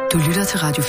Du lytter til Radio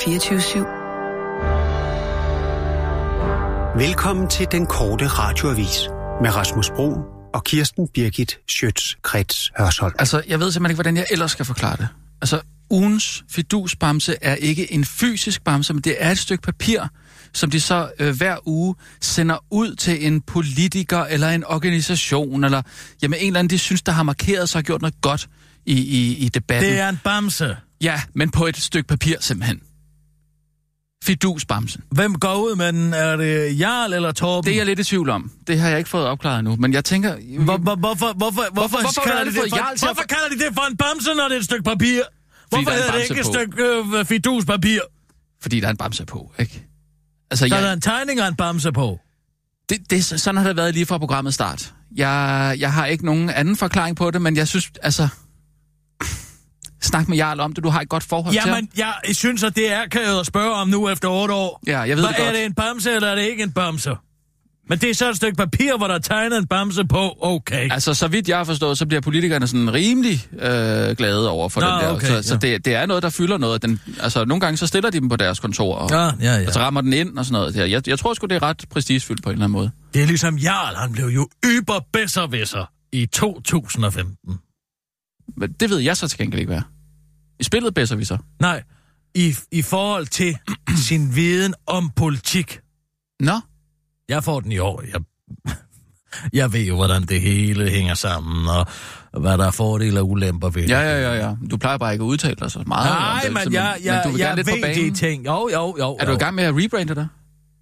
24/7. Velkommen til den korte radioavis med Rasmus Bro og Kirsten Birgit Schøtz-Krets Hørsholm. Altså, jeg ved simpelthen ikke, hvordan jeg ellers skal forklare det. Altså, ugens fidusbamse er ikke en fysisk bamse, men det er et stykke papir, som de så hver uge sender ud til en politiker eller en organisation, eller jamen, en eller anden, de synes, der har markeret sig og gjort noget godt i debatten. Det er en bamse. Ja, men på et stykke papir simpelthen. Fidusbamsen. Hvem går ud med den? Er det Jarl eller Torben? Det er jeg lidt i tvivl om. Det har jeg ikke fået opklaret endnu, men jeg tænker... Hvorfor kalder de det for en bamse, når det er et stykke papir? Hvorfor hedder det ikke et stykke fiduspapir? Fordi der er en bamse på, ikke? Altså, der er en tegning af en bamse på. Sådan har det været lige fra programmet start. Jeg har ikke nogen anden forklaring på det, men jeg synes, altså... Snak med Jarl om det, du har et godt forhold til ham. Jamen, jeg synes, at det er akavet at spørge om nu efter 8 år. Ja, jeg ved det godt. Er det en bamse, eller er det ikke en bamse? Men det er så et stykke papir, hvor der er tegnet en bamse på, okay. Altså, så vidt jeg har forstået, så bliver politikerne sådan rimelig glade over for den der. Okay, så det er noget, der fylder noget. Altså, nogle gange så stiller de dem på deres kontor, og så rammer den ind og sådan noget. Jeg tror sgu, det er ret prestigefyldt på en eller anden måde. Det er ligesom Jarl, han blev jo besserwisser i 2015. Men det ved jeg så til gengæld ikke, hvad. I spillet besserwisser? Nej, i forhold til sin viden om politik. Nå? Jeg får den i år. Jeg ved jo, hvordan det hele hænger sammen, og hvad der er fordele og ulemper ved det. Ja. Du plejer bare ikke at udtale dig så meget. Nej, men jeg ved de ting. Jo. Er du i gang med at rebrande dig?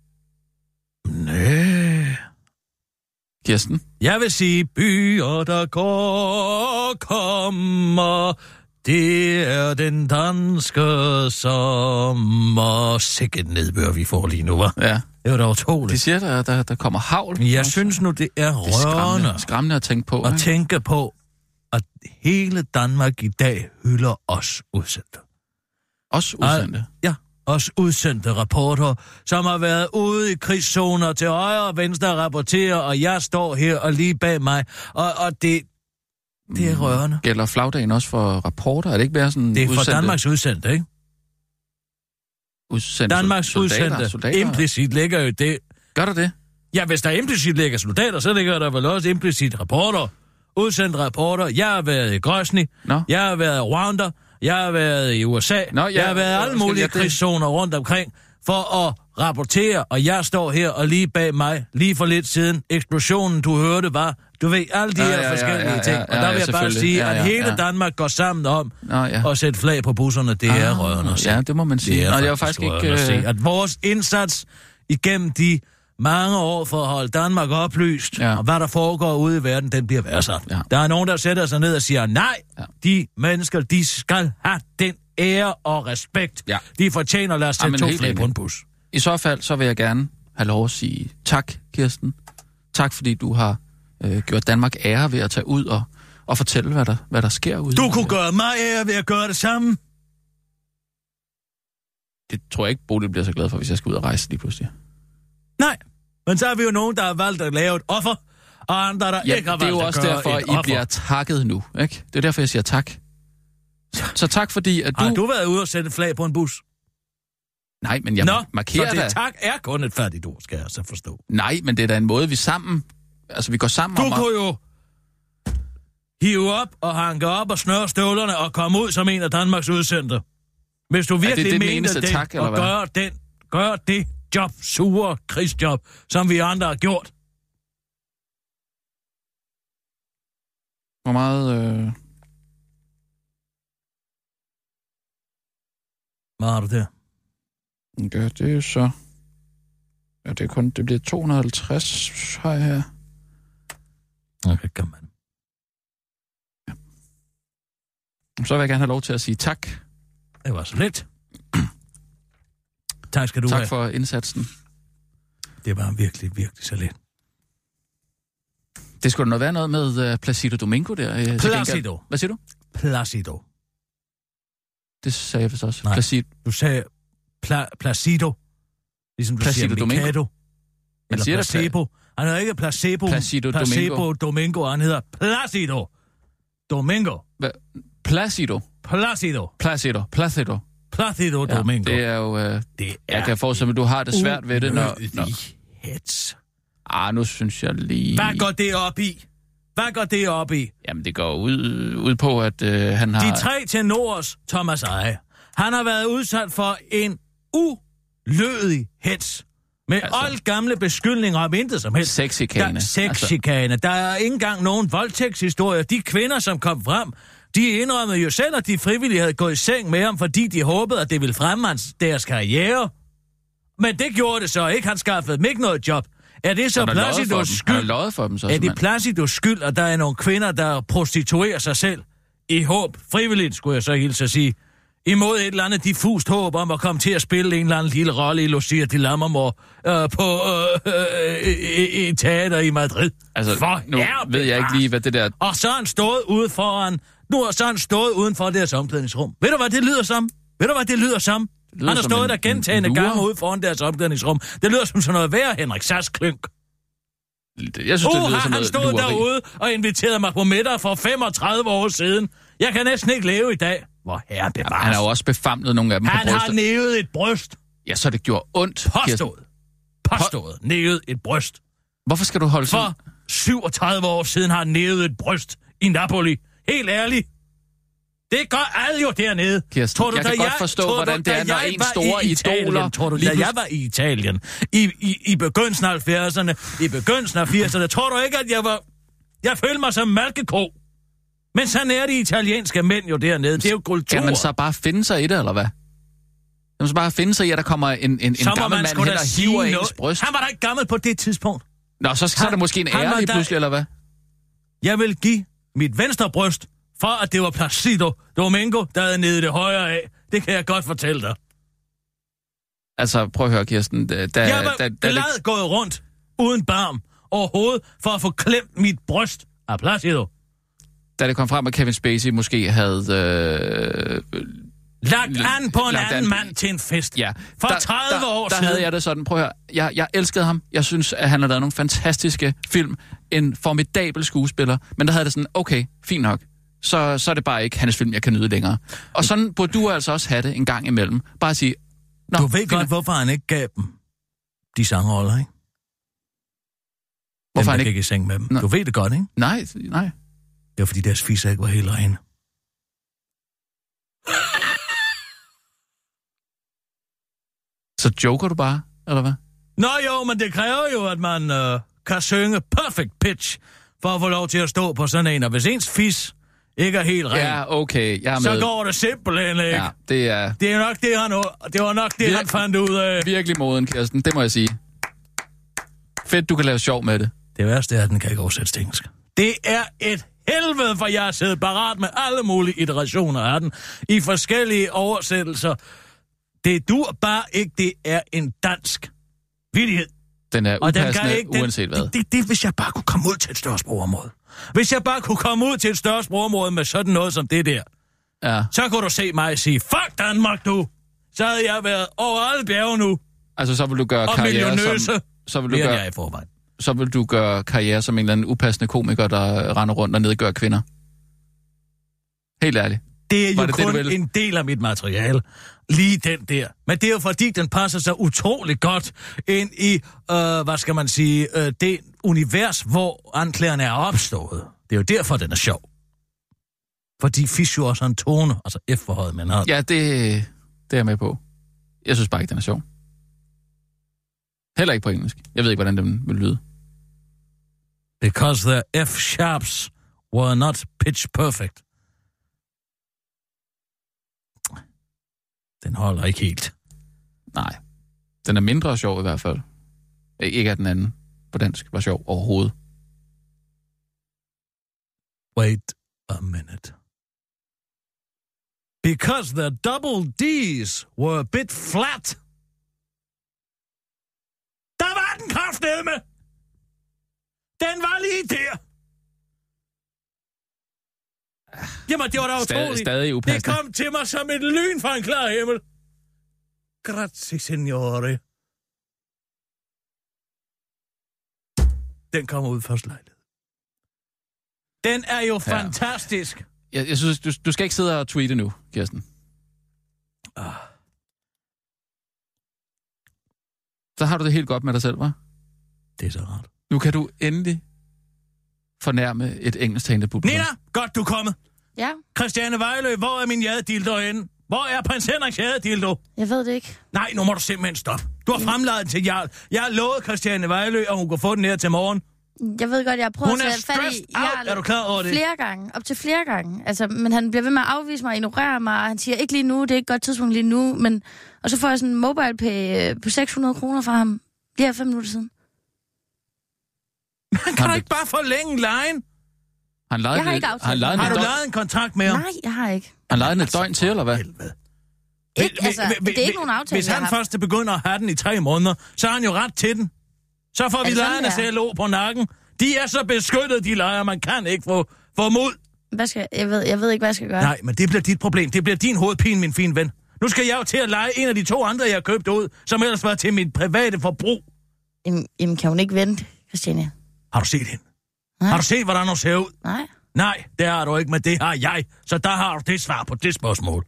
Næh. Kirsten? Jeg vil sige, byer, der kommer... Det er den danske sommer. Sikkert nedbør, vi får lige nu, hva'? Ja. Det var da utroligt. De siger, der kommer havl. Jeg synes nu, det er rørende. Skræmmende at tænke på. At tænke på, at hele Danmark i dag hylder os udsendte. Os udsendte? Ja, os udsendte rapporter, som har været ude i krigszoner til højre og venstre rapporterer, og jeg står her og lige bag mig, og det er rørende. Gælder flagdagen også for rapporter? Er det ikke mere sådan det er for Danmarks udsendte, ikke? Udsendte Danmarks udsendte. Implicit ligger jo det. Gør der det? Ja, hvis der implicit ligger soldater, så ligger der vel også implicit rapporter. Udsendte rapporter. Jeg har været i Grosny. Jeg har været i Rwanda. Jeg har været i USA. Jeg har været i alle mulige krigszoner rundt omkring for at rapportere, og jeg står her og lige bag mig, lige for lidt siden, eksplosionen, du hørte, var, du ved, alle de her forskellige ting. Og der vil jeg bare sige, at hele Danmark går sammen om at sætte flag på busserne. Det er rørende at se. Ja, det må man sige. Det er faktisk ikke at se, at vores indsats igennem de mange år for at holde Danmark oplyst, og hvad der foregår ude i verden, den bliver værdsat. Ja. Der er nogen, der sætter sig ned og siger, nej, de mennesker, de skal have den ære og respekt. Ja. De fortjener at lade os sætte 2 flag på en bus. I så fald, så vil jeg gerne have lov at sige tak, Kirsten. Tak, fordi du har gjort Danmark ære ved at tage ud og fortælle, hvad der sker ude. Du kunne gøre mig ære ved at gøre det samme. Det tror jeg ikke, Bodil bliver så glad for, hvis jeg skal ud og rejse lige pludselig. Nej, men så er vi jo nogen, der har valgt at lave et offer, og andre, der ikke har valgt at gøre et offer. Det er jo også derfor, I bliver takket nu, ikke? Det er derfor, jeg siger tak. Så tak, fordi at du... Har du været ude og sætte et flag på en bus? Nej, men jeg markerer så det tak er kun et færdigt ord, skal jeg så forstå. Nej, men det er da en måde, vi sammen... Altså, vi går sammen om... Du kunne jo hive op og hanke op og snøre støvlerne og komme ud som en af Danmarks udsendte. Hvis du virkelig mener det, tak, og gør det job, sure krigsjob, som vi andre har gjort. Hvor meget... Hvad har du der? Ja, det er så... Ja, det bliver 250 her. Okay, kom man. Ja. Så vil jeg gerne have lov til at sige tak. Det var så lidt. Tak skal du have. Tak for indsatsen. Det var virkelig, virkelig så lidt. Det skulle da være noget med Placido Domingo der. Placido. Hvad siger du? Placido. Det sagde jeg vist også. Nej, du sagde Placido. Ligesom du Placido siger Domingo. Mikado. Eller placebo. Han hedder ikke Placebo Domingo. Han hedder Placido Domingo. Placido. Placido Domingo. Det er jo... jeg kan forestille mig, at du har det svært ved det, når... Hets. Nu synes jeg lige... Hvad går det op i? Jamen, det går ud på, at han har... De 3 tenors, Thomas Eje. Han har været udsat for en ulødig hets. Med oldgamle beskyldninger om intet som helst. Sexchikane. Der er ikke engang nogen voldtægtshistorier. De kvinder, som kom frem, de indrømmede jo selv, at de frivillige havde gået i seng med ham, fordi de håbede, at det ville fremme deres karriere. Men det gjorde det så ikke. Han skaffede dem ikke noget job. Er det så Placidos skyld? Han har løjet for dem så, er det Placidos skyld, at der er nogle kvinder, der prostituerer sig selv? I håb, frivilligt, skulle jeg så hilse at sige. Imod et eller andet diffust håb om at komme til at spille en eller anden lille rolle i Lucia de Lammermoor på et teater i Madrid. Altså, nu ved jeg ikke lige, hvad det der... Og så har han stået uden for deres omklædningsrum. Ved du, hvad det lyder som? Han har stået der gentagende gange ude foran deres omklædningsrum. Det lyder som sådan noget værd, Henrik Sass-Klynk. Jeg synes, det lyder som han stod derude og inviterede mig på middag for 35 år siden. Jeg kan næsten ikke leve i dag. Hvor herre bevares. Han har jo også befamlet nogle af dem på brystet. Han har nævet et bryst. Ja, så det gjorde ondt. Påstået. Nævet et bryst. Hvorfor skal du holde sådan? For 37 år siden har han nævet et bryst i Napoli. Helt ærligt. Det gør alle jo dernede. Kirsten, tror du, jeg kan godt forstå, hvordan det er, når en store idoler... Tror du, da jeg var i Italien, i begyndelsen af 70'erne, i begyndelsen af 80'erne, tror du ikke, at jeg følte mig som malkeko? Men sådan er de italienske mænd jo dernede. Det er jo kultur. Kan man så bare finde sig i det, eller hvad? Kan man så bare finde sig i, at der kommer en gammel mand hen og hiver ens bryst? Han var da ikke gammel på det tidspunkt. Nå, så er det måske en ære lige pludselig, eller hvad? Jeg vil give mit venstre bryst, for at det var Placido Domingo, der havde nede det højre af. Det kan jeg godt fortælle dig. Altså, prøv at høre, Kirsten. Jeg var gået rundt uden barm overhovedet for at få klemt mit bryst af Placido. Da det kom frem, at Kevin Spacey måske havde... lagt an på en anden mand til en fest. Ja. For 30 år siden. Der havde jeg det sådan. Prøv at høre. Jeg elskede ham. Jeg synes, at han har lavet nogle fantastiske film. En formidabel skuespiller. Men der havde det sådan, okay, fint nok. Så er det bare ikke hans film, jeg kan nyde længere. Og sådan burde du altså også have det en gang imellem. Bare sige... Du ved godt, hvorfor han ikke gav dem de sangroller, ikke? Hvorfor han ikke gik i seng med dem. Nå. Du ved det godt, ikke? Nej. Det var, fordi deres fisser ikke var helt rene. Så joker du bare, eller hvad? Nå jo, men det kræver jo, at man kan synge perfect pitch, for at få lov til at stå på sådan en. Og hvis ens fis ikke er helt ren, ja, okay, jeg er med. Så går det simpelthen ikke. Ja, det er... Det er nok det, var nok det, han fandt ud af. Virkelig moden, Kirsten, det må jeg sige. Fedt, du kan lave sjov med det. Det værste er, at den kan ikke oversættes til engelsk. Det er et helvede, for jeg har siddet parat med alle mulige iterationer af den, i forskellige oversættelser. Det dur bare ikke, det er en dansk vittighed. Den er upassende, uanset hvad. Det, hvis jeg bare kunne komme ud til et større sprogområde. Hvis jeg bare kunne komme ud til et større sprogområde med sådan noget som det der, så kunne du se mig sige, fuck Danmark, du! Så havde jeg været over alle bjerge nu. Altså, så vil du gøre karriere som... Så vil du gøre karriere som en eller anden upassende komiker, der render rundt og nedgør kvinder. Helt ærligt. Det er jo kun en del af mit materiale. Lige den der. Men det er jo fordi, den passer så utrolig godt ind i, det univers, hvor anklagerne er opstået. Det er jo derfor, den er sjov. Fordi fisk jo også har en tone, altså F-forhøjet, men har... Ja, det er jeg med på. Jeg synes bare ikke, den er sjov. Heller ikke på engelsk. Jeg ved ikke, hvordan den vil lyde. Because the F-sharps were not pitch perfect. Den holder ikke helt. Nej. Den er mindre sjov i hvert fald. Ikke at den anden på dansk var sjov overhovedet. Wait a minute. Because the double D's were a bit flat. Der var den kraftedeme! Den var lige der! Jamen, det var da utroligt. Stadig upassende. Det kom til mig som et lyn fra en klar himmel. Grazie, signore. Den kommer ud først lejlighed. Den er jo fantastisk. Jeg synes, du skal ikke sidde og tweete nu, Kirsten. Så har du det helt godt med dig selv, hva'? Det er så rart. Nu kan du endelig fornærme et engelsktalende publikum. Nina, godt du er kommet. Ja? Christiane Vejlø, hvor er min jadedildo henne? Hvor er prins Henriks jadedildo? Jeg ved det ikke. Nej, nu må du simpelthen stoppe. Du har fremlejet den til Jarl. Jeg har lovet Christiane Vejlø, at hun kunne få den her til morgen. Jeg ved godt, jeg har prøvet at sætte fat i Jarl. Er du klar over det? Flere gange. Op til flere gange. Altså, men han bliver ved med at afvise mig og ignorere mig. Han siger, ikke lige nu, det er ikke et godt tidspunkt lige nu. Men... Og så får jeg sådan en mobile pay på 600 kroner fra ham. Lige her 5 minutter siden. Han kan ikke bare forlænge lejen. Jeg har ikke aftalt. Har du lavet en kontrakt med ham? Nej, jeg har ikke. Han lejede et døgn til, eller hvad? Ikke, altså, det er ikke nogen aftale, hvis han først begynder at have den i 3 måneder, så har han jo ret til den. Så får vi lejerne CLO på nakken. De er så beskyttet, de lejer, man kan ikke få mod. Jeg ved ikke, hvad jeg skal gøre. Nej, men det bliver dit problem. Det bliver din hovedpine, min fine ven. Nu skal jeg jo til at lege en af de 2 andre, jeg har købt ud, som ellers var til mit private forbrug. Jamen, kan hun ikke vente, Christiane? Har du set hende? Nej. Har du set, hvordan hun ser ud? Nej. Nej, det har du ikke, men det har jeg. Så der har du det svar på det spørgsmål.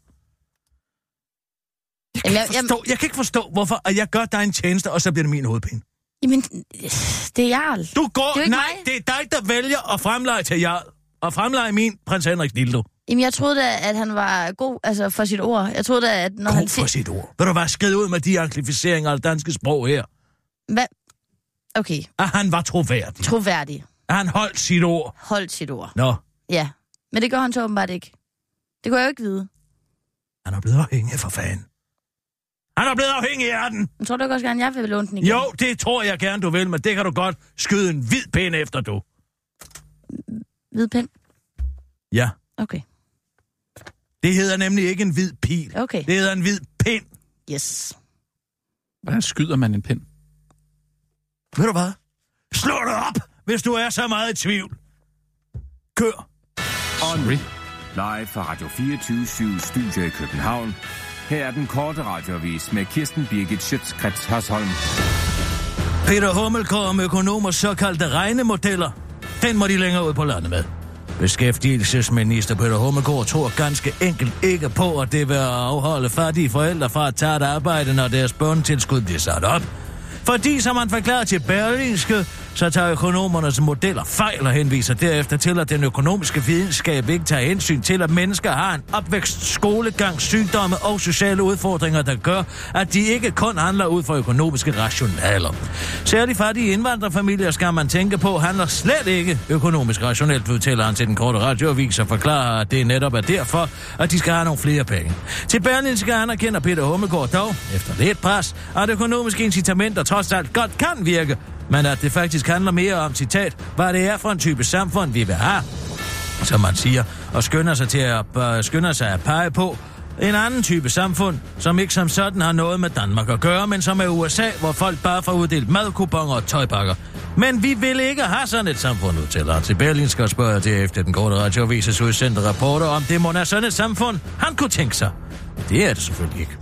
Jeg kan ikke forstå, hvorfor jeg gør dig en tjeneste, og så bliver det min hovedpine. Jamen, det er Jarl. Du går... Det er nej, mig. det er dig, der vælger at fremleje til Jarl. Og fremleje min prins Henriks dildo. Jamen, jeg troede da, at han var god altså, for sit ord. Jeg troede da, at når god han... for sit ord? Vil du bare skrive ud med de anglificeringer af det danske sprog her? Hvad? Okay. At han var troværdig. Troværdig. At han holdt sit ord. Holdt sit ord. Nå. Ja. Men det gør han så åbenbart ikke. Det kunne jeg jo ikke vide. Han er blevet afhængig for fanden. Han er blevet afhængig af den. Men tror du ikke også gerne, jeg vil låne den igen? Jo, det tror jeg gerne, du vil, men det kan du godt skyde en hvid pind efter, du. Hvid pind? Ja. Okay. Det hedder nemlig ikke en hvid pil. Okay. Det hedder en hvid pind. Yes. Hvordan skyder man en pind? Ved du hvad? Slå det op, hvis du er så meget i tvivl. Kør. Sorry. Live fra Radio 24/7 Studio i København. Her er den korte radioavis med Kirsten Birgit Schøtz-Krets Hørsholm. Peter Hummelgaard om økonomers såkaldte regnemodeller. Den må de længere ud på landet med. Beskæftigelsesminister Peter Hummelgaard tror ganske enkelt ikke på, at det vil afholde fattige forældre fra at tage et arbejde, når deres børnetilskud bliver sat op. Fordi, som han forklarer til Berlingske, så tager økonomernes modeller fejl og henviser derefter til, at den økonomiske videnskab ikke tager hensyn til, at mennesker har en opvækst, skolegang, sygdomme og sociale udfordringer, der gør, at de ikke kun handler ud fra økonomiske rationaler. Særligt fattige indvandrerfamilier skal man tænke på, handler slet ikke økonomisk rationelt, udtaler han til den korte radioavis og forklarer, at det netop er derfor, at de skal have nogle flere penge. Til Berlingske anerkender Peter Hummelgaard dog, efter lidt pres, at økonomiske incitamenter trods alt godt kan virke, men at det faktisk handler mere om, citat, hvad det er for en type samfund, vi vil have, som man siger, og skynder sig at pege på en anden type samfund, som ikke som sådan har noget med Danmark at gøre, men som er USA, hvor folk bare får uddelt madkuponer og tøjpakker. Men vi vil ikke have sådan et samfund, udtaler til Berlingske og spørger derefter den korte radioavises udsendte rapporter om det må er sådan et samfund, han kunne tænke sig. Det er det selvfølgelig ikke.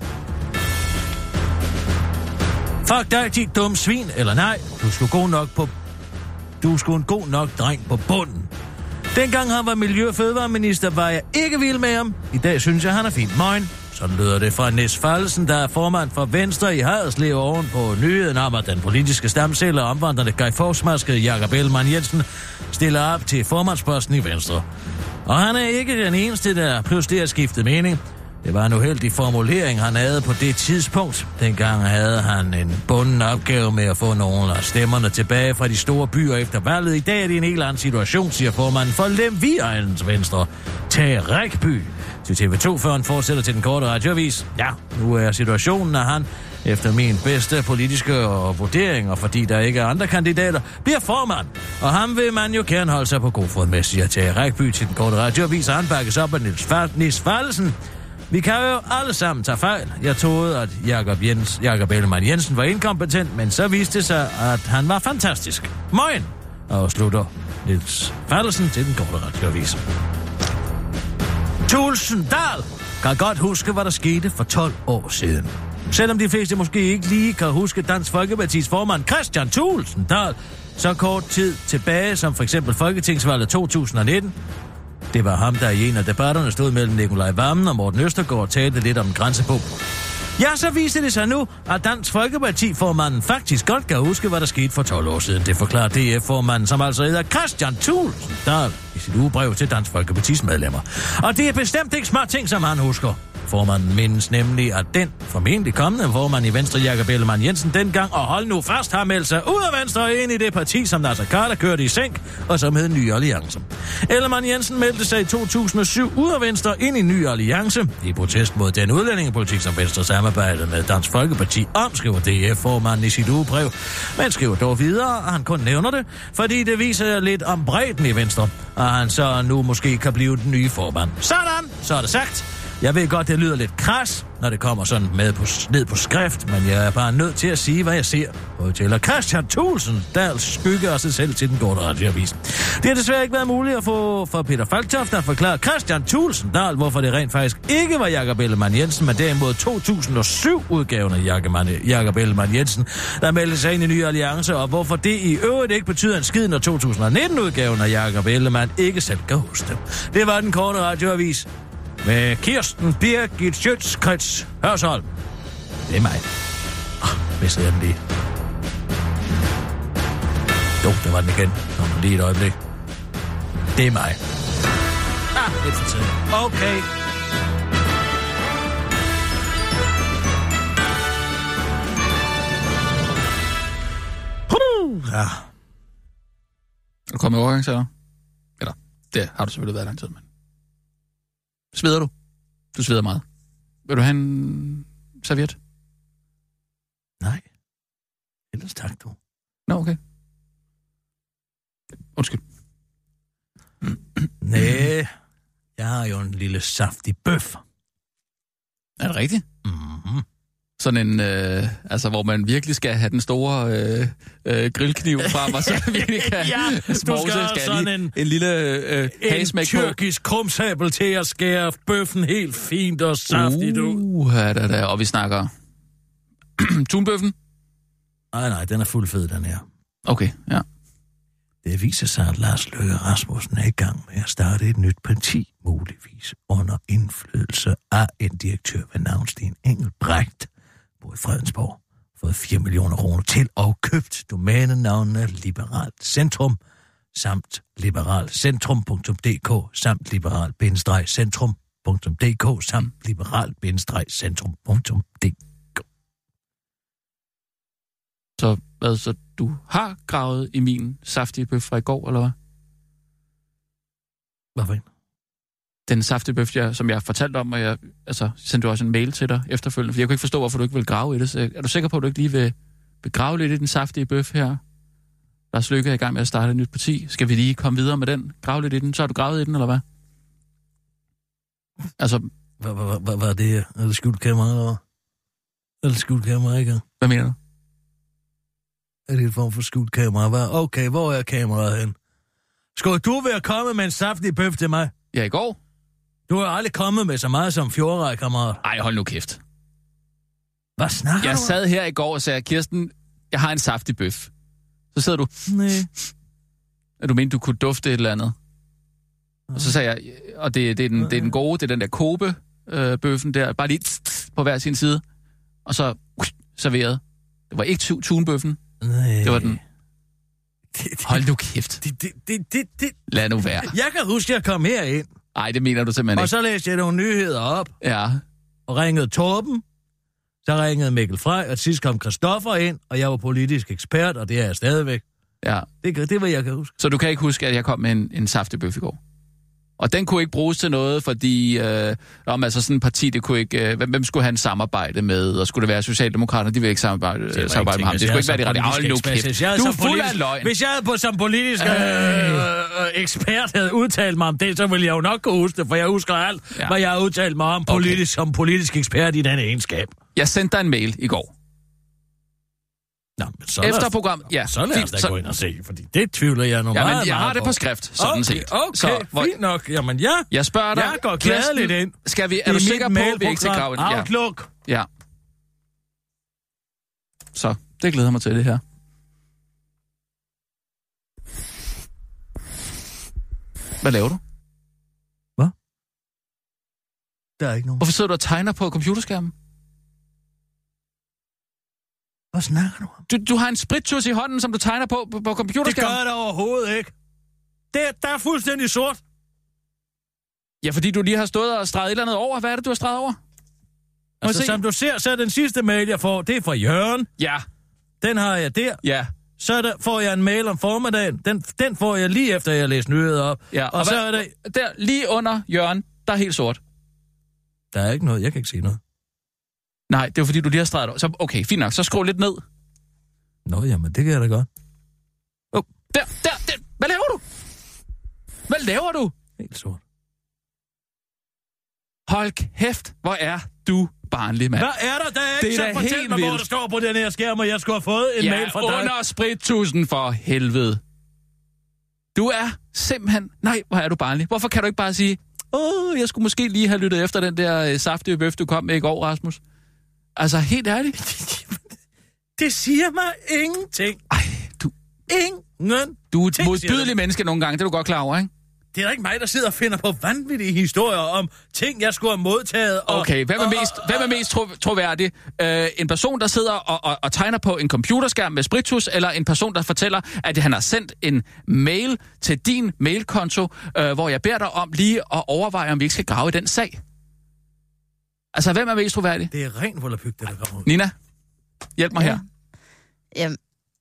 Fuck dig, dit dumme svin, eller nej, du er sgu en god nok dreng på bunden. Dengang han var miljø- og fødevareminister, var jeg ikke vild med ham. I dag synes jeg, han er fint. Moin. Sådan lyder det fra Nis Fallesen, der er formand for Venstre i Haderslev oven på nyheden om, at den politiske stamceller omvandrende Guy Fawkes-maskede Jakob Ellemann-Jensen stiller op til formandsposten i Venstre. Og han er ikke den eneste, der pludselig har skiftet mening. Det var en uheldig formulering, han havde på det tidspunkt. Dengang havde han en bunden opgave med at få nogle af stemmerne tilbage fra de store byer efter valget. I dag er det en helt anden situation, siger formanden for Lemvig-egnens Venstre, Tage Rækby. Til TV2, før han fortsætter til den korte radioavis. Ja, nu er situationen, at han, efter min bedste politiske vurdering, og fordi der ikke er andre kandidater, bliver formand. Og ham vil man jo gerne holde sig på god fod med, siger Tage Rækby til den korte radioavis, og han bakkes op af Nis Fallesen. Vi kan jo alle sammen tage fejl. Jeg troede, at Jakob Ellemann-Jensen var inkompetent, men så viste det sig, at han var fantastisk. Moin! Og slutter Niels Fallesen til den korte radioavis. Thulesen Dahl kan godt huske, hvad der skete for 12 år siden. Selvom de fleste måske ikke lige kan huske Dansk Folkepartis formand Kristian Thulesen Dahl så kort tid tilbage som for eksempel Folketingsvalget 2019. Det var ham, der i en af debatterne stod mellem Nikolaj Wammen og Morten Østergaard talte lidt om en grænsebom. Ja, så viser det sig nu, at Dansk Folkeparti-formanden faktisk godt kan huske, hvad der skete for 12 år siden. Det forklarer DF-formanden, som altså hedder Christian Thulesen Dahl, i sit ugebrev til Dansk Folkepartis medlemmer. Og det er bestemt ikke små ting, som han husker. Formanden mindes nemlig, at den formentlig kommende formand i Venstre, Jakob Ellemann-Jensen, dengang, og hold nu fast, har meldt sig ud af Venstre og ind i det parti, som Nasser Carter kørte i sænk, og som hed Ny Alliance. Ellemann-Jensen meldte sig i 2007 ud af Venstre ind i Ny Alliance, i protest mod den udlændingepolitik, som Venstre samarbejdede med Dansk Folkeparti om, skriver DF-formanden i sit ugebrev, men skriver dog videre, at han kun nævner det, fordi det viser lidt om bredden i Venstre, og han så nu måske kan blive den nye formand. Sådan, så er det sagt. Jeg ved godt, det lyder lidt kras, når det kommer sådan ned på skrift, men jeg er bare nødt til at sige, hvad jeg ser. Udtaler Christian Thulesen Dahl skygger sig selv til den korte radioavis. Det har desværre ikke været muligt at få for Peter Falktoft at forklare Christian Thulesen Dahl, hvorfor det rent faktisk ikke var Jakob Ellemann-Jensen, men derimod 2007-udgaven af Jakob Ellemann-Jensen, der meldte sig ind i Ny Alliance, og hvorfor det i øvrigt ikke betyder en skid, når 2019-udgaven af Jakob Ellemann ikke selv kan huske det. Det var den korte radioavis. Med Kirsten Birgit Schøtz-Krets Hørsholm. Det er mig. Hvis jeg den lige. Jo, det var den igen. Nå, lige et øjeblik. Det er mig. Lidt for tidligt. Okay. Ja. Er du kommet i overgang, så? Eller, det har du selvfølgelig været lang tid, men... Sveder du? Du sveder meget. Vil du have en serviet? Nej. Ellers tak, du. Nå, okay. Undskyld. Næh. Jeg har jo en lille saftig bøf. Er det rigtigt? Mhm. Sådan en, hvor man virkelig skal have den store grillkniv frem, og så virkelig kan smovse, skal sådan en lille hagesmæk på. En tyrkisk krumsabel til at skære bøffen helt fint og saftigt ud. Da. Og vi snakker tunbøffen? Nej, den er fuldt fed, den her. Okay, ja. Det viser sig, at Lars Løkke Rasmussen er i gang med at starte et nyt parti, muligvis under indflydelse af en direktør ved navn Sten Engelbrecht, bor i Fredensborg, fået 4 millioner kroner til og købt domænenavnene Liberalt Centrum samt liberalcentrum.dk samt liberal-centrum.dk samt liberal-centrum.dk. Så du har gravet i min saftige bøf fra i går, eller hvad? Hvorfor ikke? Den saftige bøf, som jeg fortalte om, og jeg sendte også en mail til dig efterfølgende, for jeg kunne ikke forstå, hvorfor du ikke vil grave i det. Så er du sikker på, at du ikke lige vil grave lidt i den saftige bøf her? Lars Løkke er i gang med at starte et nyt parti. Skal vi lige komme videre med den? Grave lidt i den? Så har du gravet i den, eller hvad? Hvad er det? Er det skjult kamera, eller hvad? Er det skjult kamera, ikke? Hvad mener du? Er det en form for skjult kamera? Okay, hvor er kameraet hen? Skulle du være kommet med en saftig bøf til mig? Ja, i går. Du har aldrig kommet med så meget som 14-årig, kammerat. Ej, hold nu kæft. Hvad snakker du? Jeg sad her i går og sagde, Kirsten, jeg har en saftig bøf. Så sidder du... Nej. Du mente, du kunne dufte et eller andet. Og så sagde jeg, og det er den gode, det er den der Kobe-bøffen der, bare lige på hver sin side. Og så serveret. Det var ikke tunbøffen. Nej. Det var den... Hold nu kæft. Lad nu være. Jeg kan huske, at jeg kom herind. Nej, det mener du simpelthen ikke. Og så læste jeg nogle nyheder op. Ja. Og ringede Torben. Så ringede Mikkel Frey, og sidst kom Christoffer ind, og jeg var politisk ekspert, og det er jeg stadigvæk. Ja. Det var jeg kan huske. Så du kan ikke huske, at jeg kom med en saftig bøf i går? Og den kunne ikke bruges til noget, fordi sådan en parti, det kunne ikke... hvem skulle han samarbejde med? Og skulle det være Socialdemokraterne? De vil ikke samarbejde med ham. Det skulle ikke være de radikale. Hold nu kæft. Du er fuld af løgn. Hvis jeg som politisk ekspert havde udtalt mig om det, så ville jeg jo nok kunne huske det, for jeg husker alt, hvad jeg har udtalt mig om som politisk ekspert i den egenskab. Jeg sendte dig en mail i går. Nå, men så efter programmet, ja. Så lad os da gå ind og se, fordi det tvivler jeg nu meget. Men jeg har det på skrift, sådan set. Okay, fint nok. Jamen ja. Jeg spørger dig. Jeg går glædeligt ind. Er du sikker på, at vi ikke skal grave ind? Outlook. Ja. Så, det glæder mig til det her. Hvad laver du? Hvad? Der er ikke nogen. Hvorfor sidder du og tegner på computerskærmen? Hvad snakker du om? Du har en sprittus i hånden, som du tegner på computerskærmen. Det gør jeg da overhovedet ikke. Der er fuldstændig sort. Ja, fordi du lige har stået og streget et eller andet over. Hvad er det, du har streget over? Altså, som du ser, så er den sidste mail, jeg får, det er fra Jørgen. Ja. Den har jeg der. Ja. Så får jeg en mail om formiddagen. Den får jeg lige efter, jeg har læst nyheder op. Ja, og så er det... Der, lige under Jørgen, der er helt sort. Der er ikke noget. Jeg kan ikke se noget. Nej, det er fordi, du lige har streget over. Så okay, fint nok. Så skru lidt ned. Nå, jamen, det kan jeg da godt. Der. Hvad laver du? Hvad laver du? Helt sort. Hold kæft, hvor er du barnlig, mand. Hvad er der? Der er ikke så fortæl mig, hvor der står på den her skærm, og jeg skulle have fået en mail fra dig. Ja, under sprittusen for helvede. Du er simpelthen... Nej, hvor er du barnlig. Hvorfor kan du ikke bare sige, jeg skulle måske lige have lyttet efter den der saftige bøf, du kom med i går, Rasmus? Altså, helt ærligt. Det siger mig ingenting. Ej, du... Ingen. Du er et modbydelig menneske nogle gange, det er du godt klar over, ikke? Det er da ikke mig, der sidder og finder på vanvittige historier om ting, jeg skulle have modtaget. Okay, hvem er mest troværdig? En person, der sidder og tegner på en computerskærm med spritus, eller en person, der fortæller, at han har sendt en mail til din mailkonto, hvor jeg beder dig om lige at overveje, om vi ikke skal grave i den sag? Altså, hvem er mest troværdig? Det er rent volapyg, det der kommer ud. Nina, hjælp mig her. Jamen...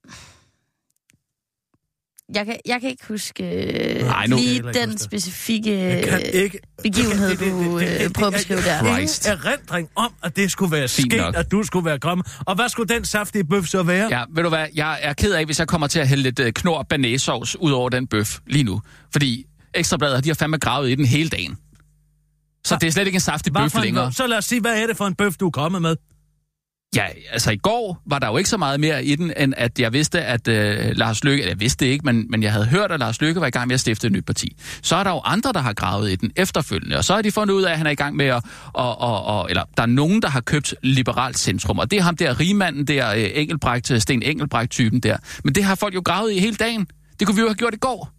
Jeg kan ikke huske lige den specifikke begivenhed, du prøver at beskrive der. Christ. Erindring om, at det skulle være sket, at du skulle være kommet. Og hvad skulle den saftige bøf så være? Ja, ved du hvad, jeg er ked af, hvis jeg kommer til at hælde lidt knor banæssovs ud over den bøf lige nu. Fordi Ekstrabladet, de har fandme gravet i den hele dagen. Så det er slet ikke en saftig bøf længere. Så lad os sige, hvad er det for en bøf, du er kommet med? Ja, altså i går var der jo ikke så meget mere i den, end at jeg vidste, at Lars Løkke... Jeg vidste det ikke, men jeg havde hørt, at Lars Løkke var i gang med at stifte et nyt parti. Så er der jo andre, der har gravet i den efterfølgende, og så har de fundet ud af, at han er i gang med at... eller der er nogen, der har købt Liberalt Centrum, og det er ham der rigmanden der, Sten Engelbrecht-typen der. Men det har folk jo gravet i hele dagen. Det kunne vi jo have gjort i går.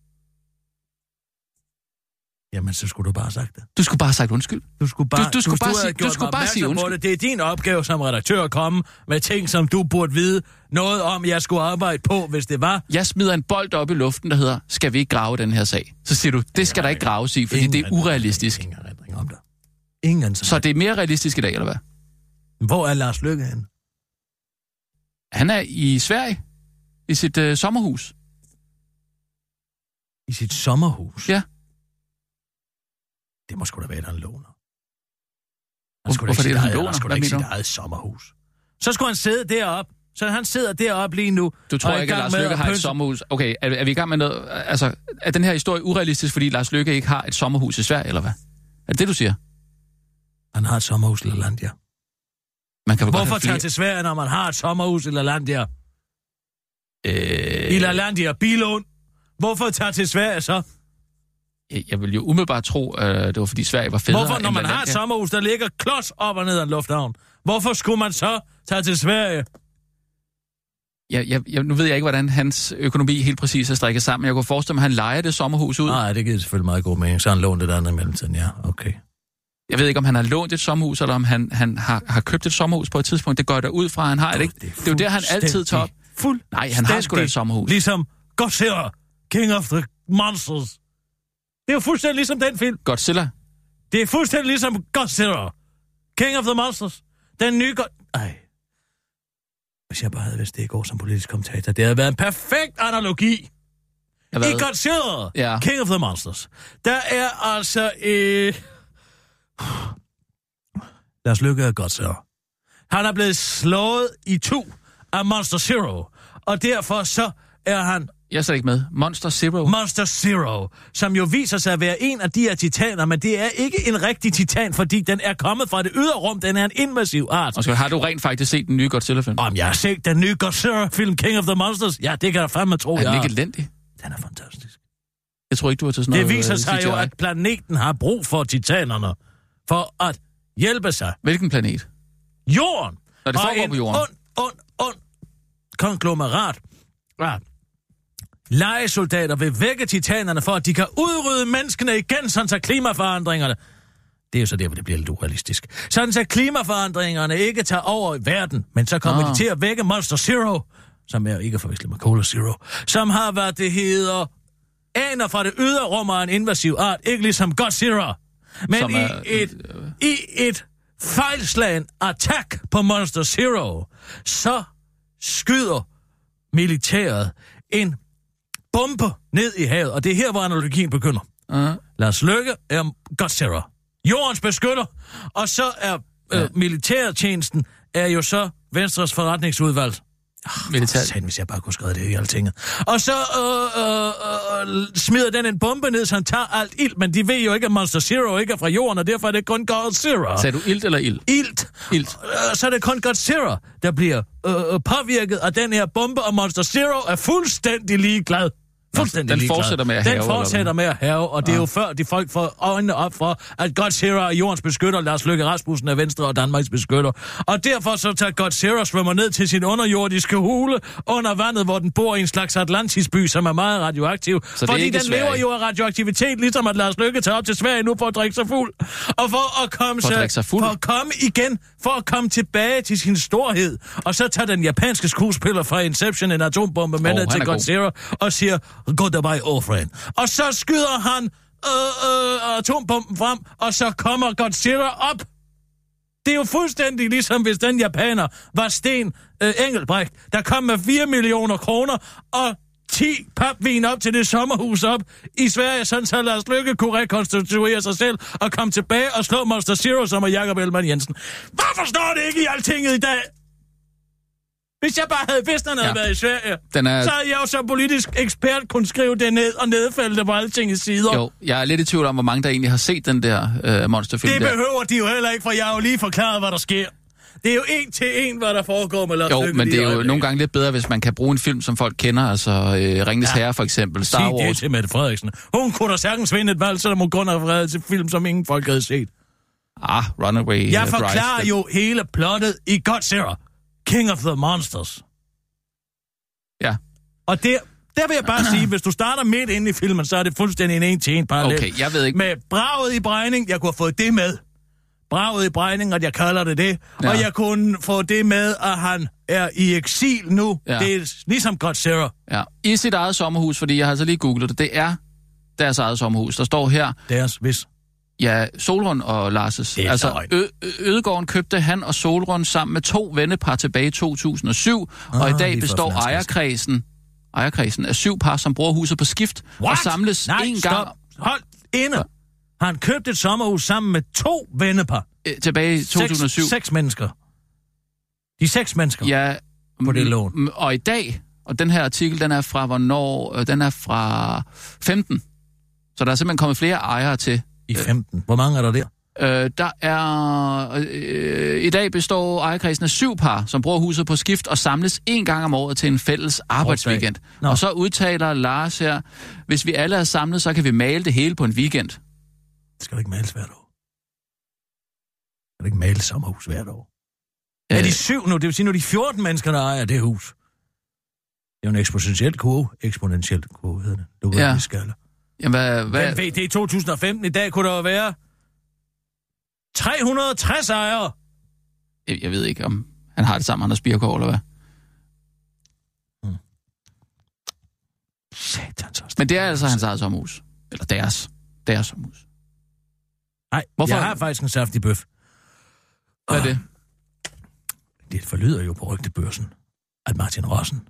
Jamen, så skulle du bare have sagt det. Du skulle bare have sagt undskyld. Du skulle bare sige undskyld. Det er din opgave som redaktør at komme med ting, som du burde vide noget om, jeg skulle arbejde på, hvis det var. Jeg smider en bold op i luften, der hedder, skal vi ikke grave den her sag? Så siger du, det skal der ikke graves i, fordi det er urealistisk. Ingen erindring om det. Ingen. Så det er mere realistisk i dag, eller hvad? Hvor er Lars Løkke henne? Han er i Sverige. I sit sommerhus. I sit sommerhus? Ja. Det må sgu da være, der en låner. Hvorfor det er han låner? Han skulle da ikke sit eget sommerhus. Så skulle han sidde deroppe. Så han sidder deroppe lige nu. Du tror ikke, at Lars Løkke har et sommerhus? Okay, er vi i gang med noget... Altså, er den her historie urealistisk, fordi Lars Løkke ikke har et sommerhus i Sverige, eller hvad? Er det det, du siger? Han har et sommerhus i Lalandia. Hvorfor tage til Sverige, når man har et sommerhus i Lalandia? I Lalandia, Bilund. Hvorfor tage til Sverige så? Jeg vil jo umiddelbart tro, det var fordi Sverige var federe. Hvorfor, når man har et sommerhus, der ligger klods op og ned af en lufthavn? Hvorfor skulle man så tage til Sverige? Nu ved jeg ikke, hvordan hans økonomi helt præcis er strikket sammen. Jeg kunne forestille mig, at han lejer det sommerhus ud. Nej, det giver selvfølgelig meget god mening. Så har han lånt det der i mellemtiden, ja, okay. Jeg ved ikke, om han har lånt et sommerhus, eller om han har købt et sommerhus på et tidspunkt. Det går der ud fra, han har det ikke. Det er jo der, han altid tager op. Nej, han har sgu da et sommerhus. Ligesom Godzilla, King of the Monsters. Det er jo fuldstændig ligesom den film. Godzilla? Det er fuldstændig ligesom Godzilla. King of the Monsters. Den nye Hvis jeg bare havde vidst det i går som politisk kommentator, det havde været en perfekt analogi. I Godzilla, ja. King of the Monsters. Der er altså Lars Løkke er Godzilla. Han er blevet slået i to af Monster Zero. Og derfor så er han... Jeg er slet ikke med. Monster Zero? Monster Zero, som jo viser sig at være en af de her titaner, men det er ikke en rigtig titan, fordi den er kommet fra det ydre rum. Den er en invasiv art. Og så har du rent faktisk set den nye Godzilla-film? Om jeg har set den nye Godzilla-film, King of the Monsters? Ja, det kan jeg fandme tro, jeg har. Er den ikke elendig? Den er fantastisk. Jeg tror ikke, du har til sådan noget... Det viser sig jo, at planeten har brug for titanerne, for at hjælpe sig. Hvilken planet? Jorden! Når det foregår på jorden? Und konglomerat. Ja. Lejesoldater vil vække titanerne for, at de kan udrydde menneskene igen, sådan så klimaforandringerne Det er jo så der, hvor det bliver lidt urealistisk. Sådan så klimaforandringerne ikke tager over i verden, men så kommer de til at vække Monster Zero, som er ikke forvekslet med Cola Zero, som har, hvad det hedder, aner fra det ydre rum af en invasiv art, ikke ligesom Godzilla, men i et fejlslagen attack på Monster Zero, så skyder militæret en bombe ned i havet, og det er her, hvor analogien begynder. Lars Løkke er Godzilla, jordens beskytter, og så er militærtjenesten er jo så Venstres forretningsudvalg. Hvis jeg bare kunne skrive det i altinget. Og så smider den en bombe ned, så han tager alt ild, men de ved jo ikke, at Monster Zero ikke er fra jorden, og derfor er det kun Godzilla. Sagde du ilt eller ild? Ilt. Så er det kun Godzilla, der bliver påvirket af den her bombe, og Monster Zero er fuldstændig ligeglad. Den fortsætter med at have. Den fortsætter med at have, og det er jo før de folk får øjnene op for, at Godzilla er jordens beskytter, Lars Løkke Rasmussen er Venstre og Danmarks beskytter. Og derfor så tager Godzilla svømmer ned til sin underjordiske hule under vandet, hvor den bor i en slags Atlantisby, som er meget radioaktiv. Fordi den lever jo af radioaktivitet, ligesom at Lars Løkke tager op til Sverige nu for at drikke sig fuld. Og for at komme tilbage til sin storhed. Og så tager den japanske skuespiller fra Inception en atombombe med ned til Godzilla og siger, goodbye, old friend. Og så skyder han atombomben frem, og så kommer Godzilla op. Det er jo fuldstændig ligesom, hvis den japaner var Sten Engelbrecht, der kom med 4 millioner kroner og 10 papvin op til det sommerhus op i Sverige, sådan så Lars Løkke kunne rekonstituere sig selv og komme tilbage og slå Monster Zero, som er Jakob Ellemann Jensen. Hvorfor står det ikke i altinget i dag? Hvis jeg bare havde vidst, at han havde været i Sverige, så havde jeg jo som politisk ekspert kunne skrive det ned og nedfælde det på altingets sider. Jo, jeg er lidt i tvivl om, hvor mange der egentlig har set den der monsterfilm. Det behøver de jo heller ikke, for jeg har jo lige forklaret, hvad der sker. Det er jo en til en, hvad der foregår med Lars Løkke. Jo, men det er jo nogle gange lidt bedre, hvis man kan bruge en film, som folk kender, altså Ringenes Herre for eksempel, Star Wars. Sig det til Mette Frederiksen. Hun kunne da sagtens vinde et valg, selvom hun kun har refereret til film, som ingen folk havde set. Runaway. Jeg forklarer jo hele plottet i Godzilla, King of the Monsters. Ja. Og der vil jeg bare sige, hvis du starter midt inde i filmen, så er det fuldstændig en til en parallel. Okay, jeg ved ikke. Med braget i bregning, jeg kunne have fået det med. Braget i bregning, at jeg kalder det det. Ja. Og jeg kunne få det med, at han er i eksil nu. Ja. Det er ligesom Godzilla. Ja. I sit eget sommerhus, fordi jeg har altså lige googlet det. Det er deres eget sommerhus. Der står her... Deres, hvis... Ja, Solrun og Larses. Altså, Ødegården købte han og Solrun sammen med 2 vennepar tilbage i 2007, og i dag består ejerkredsen af 7 par, som bruger huset på skift og samles en gang... Hold inde! Han købte et sommerhus sammen med 2 vennepar. Tilbage i 2007. 6 mennesker. De 6 mennesker. Ja. På det lån. Og i dag, og den her artikel, den er fra hvornår? Den er fra 15. Så der er simpelthen kommet flere ejere til. I 15. Hvor mange er der der? Der er... I dag består ejerkredsen af 7 par, som bruger huset på skift og samles 1 gang om året til en fælles arbejdsweekend. Og så udtaler Lars her, hvis vi alle er samlet, så kan vi male det hele på en weekend. Det skal ikke males hvert år. Det skal ikke males sommerhus hvert år. Er de 7 nu? Det vil sige, nu de 14 mennesker, der ejer det hus. Det er jo en eksponentiel kurve. Eksponentiel kurve hedder det. Logaritmisk skala. Jamen, hvad? Den ved, det er 2015. I dag kunne der jo være 360 ejere. Jeg ved ikke, om han har det sammen med Anders Birkov, eller hvad? Satans også. Men det er altså hans eget sommerhus. Eller deres sommerhus. Nej, hvorfor? Jeg har faktisk en saftig bøf. Hvad er det? Det forlyder jo på rygtebørsen, at Martin Rossen,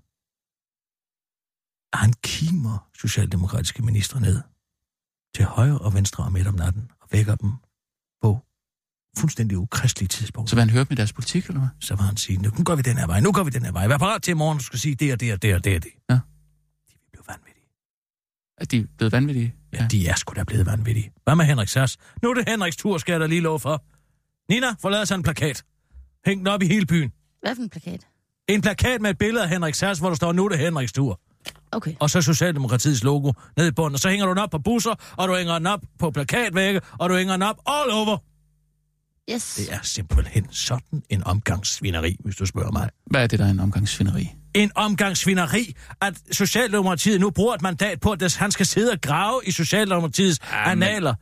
han kimer socialdemokratiske ministre ned til højre og venstre og midt om natten og vækker dem på fuldstændig ukristelige tidspunkter. Så vil han høre med deres politik, eller hvad? Så vil han sige, nu går vi den her vej, Vær parat til i morgen, du skal sige det og det og det og det og det. Ja. De blev vanvittige. Er de blevet vanvittige? Ja, de er sgu da blevet vanvittige. Hvad med Henrik Sass? Nu er det Henriks tur, skal jeg da lige love for. Nina, få lavet sådan en plakat. Hæng den op i hele byen. Hvad for en plakat? En plakat med et billede af Henrik Sass, hvor der står, nu er det Henriks tur. Okay. Og så Socialdemokratiets logo ned i bunden. Og så hænger du den op på busser, og du hænger den op på plakatvægge, og du hænger den op all over. Yes. Det er simpelthen sådan en omgangssvineri, hvis du spørger mig. Hvad er det, der er en omgangssvineri? En omgangssvineri, at Socialdemokratiet nu bruger et mandat på, at han skal sidde og grave i Socialdemokratiets analer.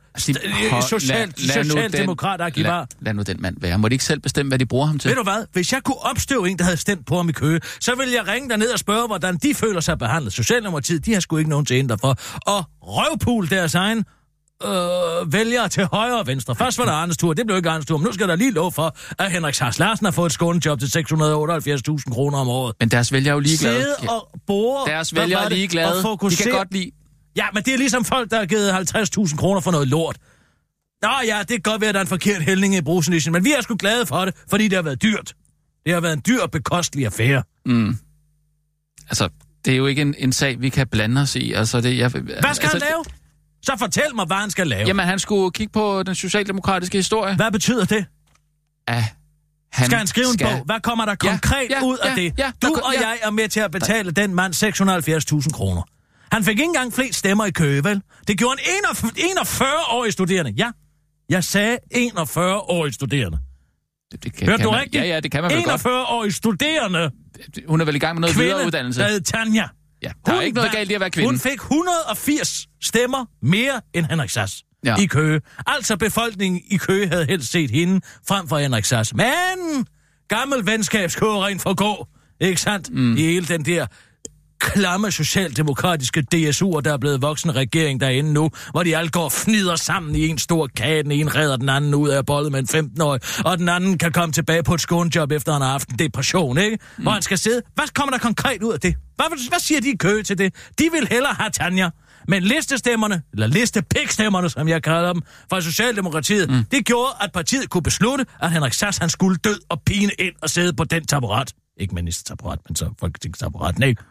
Socialdemokrat-arkivar. Lad nu den mand være. Må de ikke selv bestemme, hvad de bruger ham til? Ved du hvad? Hvis jeg kunne opstøve en, der havde stemt på ham i Køge, så ville jeg ringe derned og spørge, hvordan de føler sig behandlet. Socialdemokratiet, de har sgu ikke nogen til hinder for. Og røvpul deres egen vælgere til højre og venstre. Først var der Arnes tur, det blev ikke Arnes tur, men nu skal der lige lov for, at Henrik Sass Larsen har fået et skånejob til 678.000 kroner om året. Men deres vælgere er jo ligeglade. Sidde og bore. Deres vælgere er ligeglade. De kan godt lide. Ja, men det er ligesom folk, der har givet 50.000 kroner for noget lort. Nå ja, det kan godt være, at der er en forkert hældning i brusenischen, men vi er sgu glade for det, fordi det har været dyrt. Det har været en dyr og bekostelig affære. Altså, det er jo ikke en sag, vi kan blande os i. Altså, hvad skal han lave? Så fortæl mig, hvad han skal lave. Jamen, han skulle kigge på den socialdemokratiske historie. Hvad betyder det? Skal han skrive en bog? Hvad kommer der konkret ud af det? Du og jeg er med til at betale den mand 670.000 kroner. Han fik ikke engang flest stemmer i Køge, vel? Det gjorde en 41-årig studerende. Ja, jeg sagde 41-årig studerende. Hørte du rigtigt? Ja, det kan man vel godt. 41-årig studerende. Hun er vel i gang med noget videreuddannelse. Kvinde, der hed Tanja. Ja, der er ikke noget galt i at være kvinde. Hun fik 180 stemmer mere end Henrik Sass i Køge. Altså befolkningen i Køge havde helst set hende frem for Henrik Sass. Men gammel venskab skulle rent forgå, ikke sandt? I hele den der klamme socialdemokratiske DSU'er, der er blevet voksen regering derinde nu, hvor de alle går og fnider sammen i en stor kage. Den ene redder den anden ud af bollet med en 15-årig, og den anden kan komme tilbage på et skånejob efter han har haft en depression, ikke? Hvor han skal sidde. Hvad kommer der konkret ud af det? Hvad siger de i Køge til det? De vil hellere have Tanja. Men listestemmerne, eller listepikstemmerne, som jeg kalder dem, fra Socialdemokratiet, det gjorde, at partiet kunne beslutte, at Henrik Sass, han skulle død og pine ind og sidde på den taburet. Ikke ministertaburet, men så folketingstaburetten, ikke?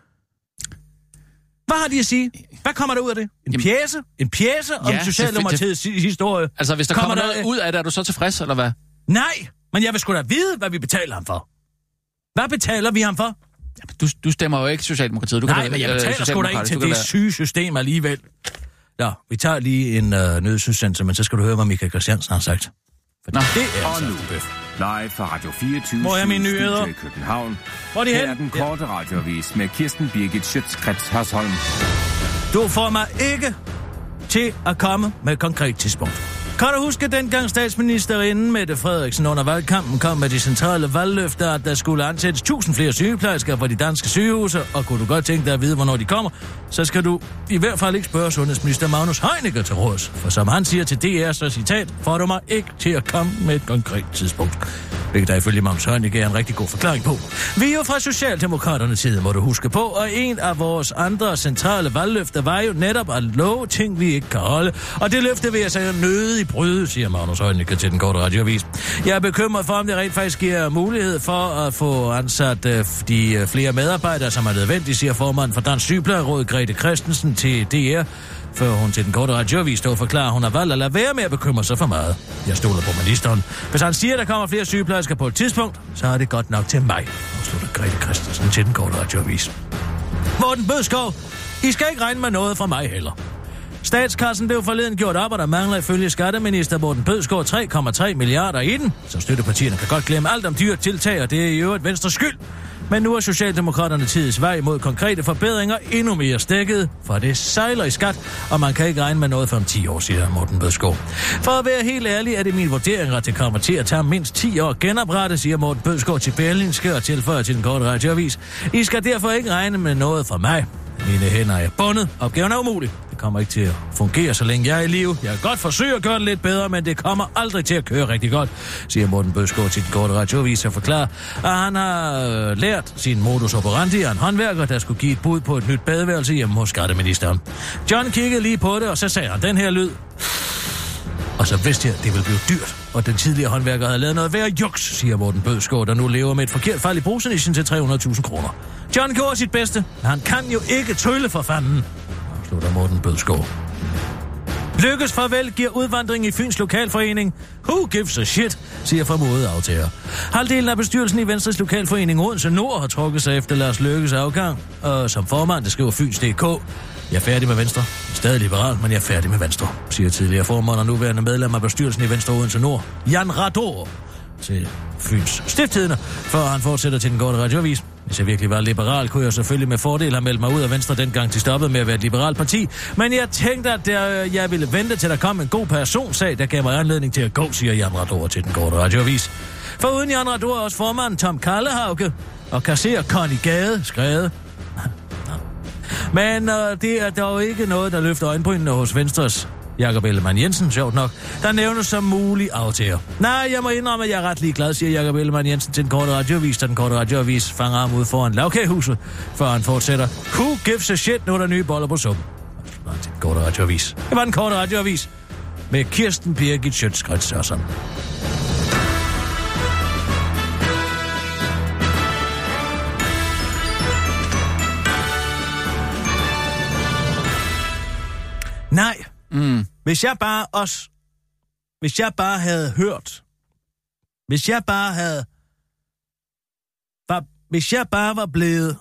Hvad har de at sige? Hvad kommer der ud af det? En pjæse om Socialdemokratiets historie? Altså, hvis der kommer noget ud af det, er du så tilfreds, eller hvad? Nej, men jeg vil sgu da vide, hvad vi betaler ham for. Hvad betaler vi ham for? Ja, du stemmer jo ikke Socialdemokratiet. Nej, men jeg betaler sgu da ikke til det syge system alligevel. Ja, vi tager lige en nødsudsendelse, men så skal du høre, hvad Michael Christiansen har sagt. For det er og nu, live fra Radio 24 hvor er mine nyheder? I København. Hvor er de her hen? Er den korte radioavis med Kirsten Birgit Schøtz-Krets Hørsholm. Du får mig ikke til at komme med et konkret tidspunkt. Kan du huske, dengang statsministerinden Mette Frederiksen under valgkampen kom med de centrale valgløfter, at der skulle ansættes 1000 flere sygeplejersker på de danske sygehuse, og kunne du godt tænke dig at vide, hvornår de kommer, så skal du i hvert fald ikke spørge sundhedsminister Magnus Heunicke til råds. For som han siger til DR, så citat, får du mig ikke til at komme med et konkret tidspunkt. Hvilket der ifølge Magnus Heunicke er en rigtig god forklaring på. Vi er jo fra Socialdemokraternes side, må du huske på, og en af vores andre centrale valgløfter var jo netop at love ting, vi ikke kan holde. Og det løfte vil jeg så nødig bryde, siger Magnus Heunicke til den korte radioavis. Jeg er bekymret for, om det rent faktisk giver mulighed for at få ansat de flere medarbejdere, som er nødvendigt, siger formanden for Dansk Sygeplejeråd Grete Christensen til DR. Før hun til den korte radioavis stod og forklarer, at hun har valgt at lade være med at bekymre sig for meget. Jeg stoler på ministeren. Hvis han siger, at der kommer flere sygeplejersker på et tidspunkt, så er det godt nok til mig, afslutter Grete Christensen til den korte radioavis. Morten Bødskov, I skal ikke regne med noget fra mig heller. Statskassen blev forleden gjort op, og der mangler ifølge skatteminister Morten Bødskov 3,3 milliarder i den. Så støttepartierne kan godt glemme alt om dyrt tiltag, og det er i øvrigt Venstres skyld. Men nu er Socialdemokraterne tidens vej mod konkrete forbedringer endnu mere stækket, for det sejler i skat, og man kan ikke regne med noget for om 10 år, siger Morten Bødskov. For at være helt ærlig er det min vurdering, at det kommer til at tage mindst 10 år genoprette, siger Morten Bødskov til Berlingske og tilføjer til den korte radioavis. I skal derfor ikke regne med noget fra mig. Mine hænder er bundet. Opgaven er umulig. Det kommer ikke til at fungere, så længe jeg er i live. Jeg kan godt forsøge at gøre det lidt bedre, men det kommer aldrig til at køre rigtig godt, siger Morten Bødskov til den korte radioavis og forklarer, at han har lært sin modus operandi af en håndværker, der skulle give et bud på et nyt badeværelse hjemme hos skatteministeren. John kiggede lige på det, og så sagde han den her lyd. Og så vidste jeg, at det ville blive dyrt, og den tidligere håndværker havde lavet noget værre juks, siger Morten Bødskov, der nu lever med et forkert fald i brusenischen til 300.000 kroner. John gjorde sit bedste, men han kan jo ikke trylle for fanden, afslutter Morten Bødskov. Lykkes farvel giver udvandring i Fyns Lokalforening. Who gives a shit, siger formodede aftager. Halvdelen af bestyrelsen i Venstres Lokalforening Odense Nord har trukket sig efter Lars Lykkes afgang, og som formand, det skriver Fyns.dk. Jeg er færdig med Venstre. Stadig liberal, men jeg er færdig med Venstre, siger tidligere formand og nuværende medlem af bestyrelsen i Venstre Odense Nord, Jan Rador, til Fyns Stiftstidende, før han fortsætter til den korte radioavis. Hvis jeg virkelig var liberal, kunne jeg selvfølgelig med fordel have meldt mig ud af Venstre, dengang de stoppede med at være et liberalt parti. Men jeg tænkte, at jeg ville vente til der kom en god personsag, der gav mig anledning til at gå, siger Jan Rador til den korte radioavis. For uden Jan Rador er også formanden Tom Kallehauke og kasserer Connie Gade skrevet. Men det er dog ikke noget, der løfter øjenbrynene hos Venstres Jakob Ellemann-Jensen, sjovt nok, der nævnes som mulig aftager. Nej, jeg må indrømme, at jeg er ret ligeglad, siger Jakob Ellemann-Jensen til den korte radioavis, da den korte radioavis fanger ham ud foran lavkagehuset, før han fortsætter. Who gives a shit, nu er der nye boller på suppen. Til den korte radioavis. Det var den korte radioavis med Kirsten Birgit Schøtz-Krets Hørsholm. Nej. Hvis jeg bare havde hørt, hvis jeg bare var blevet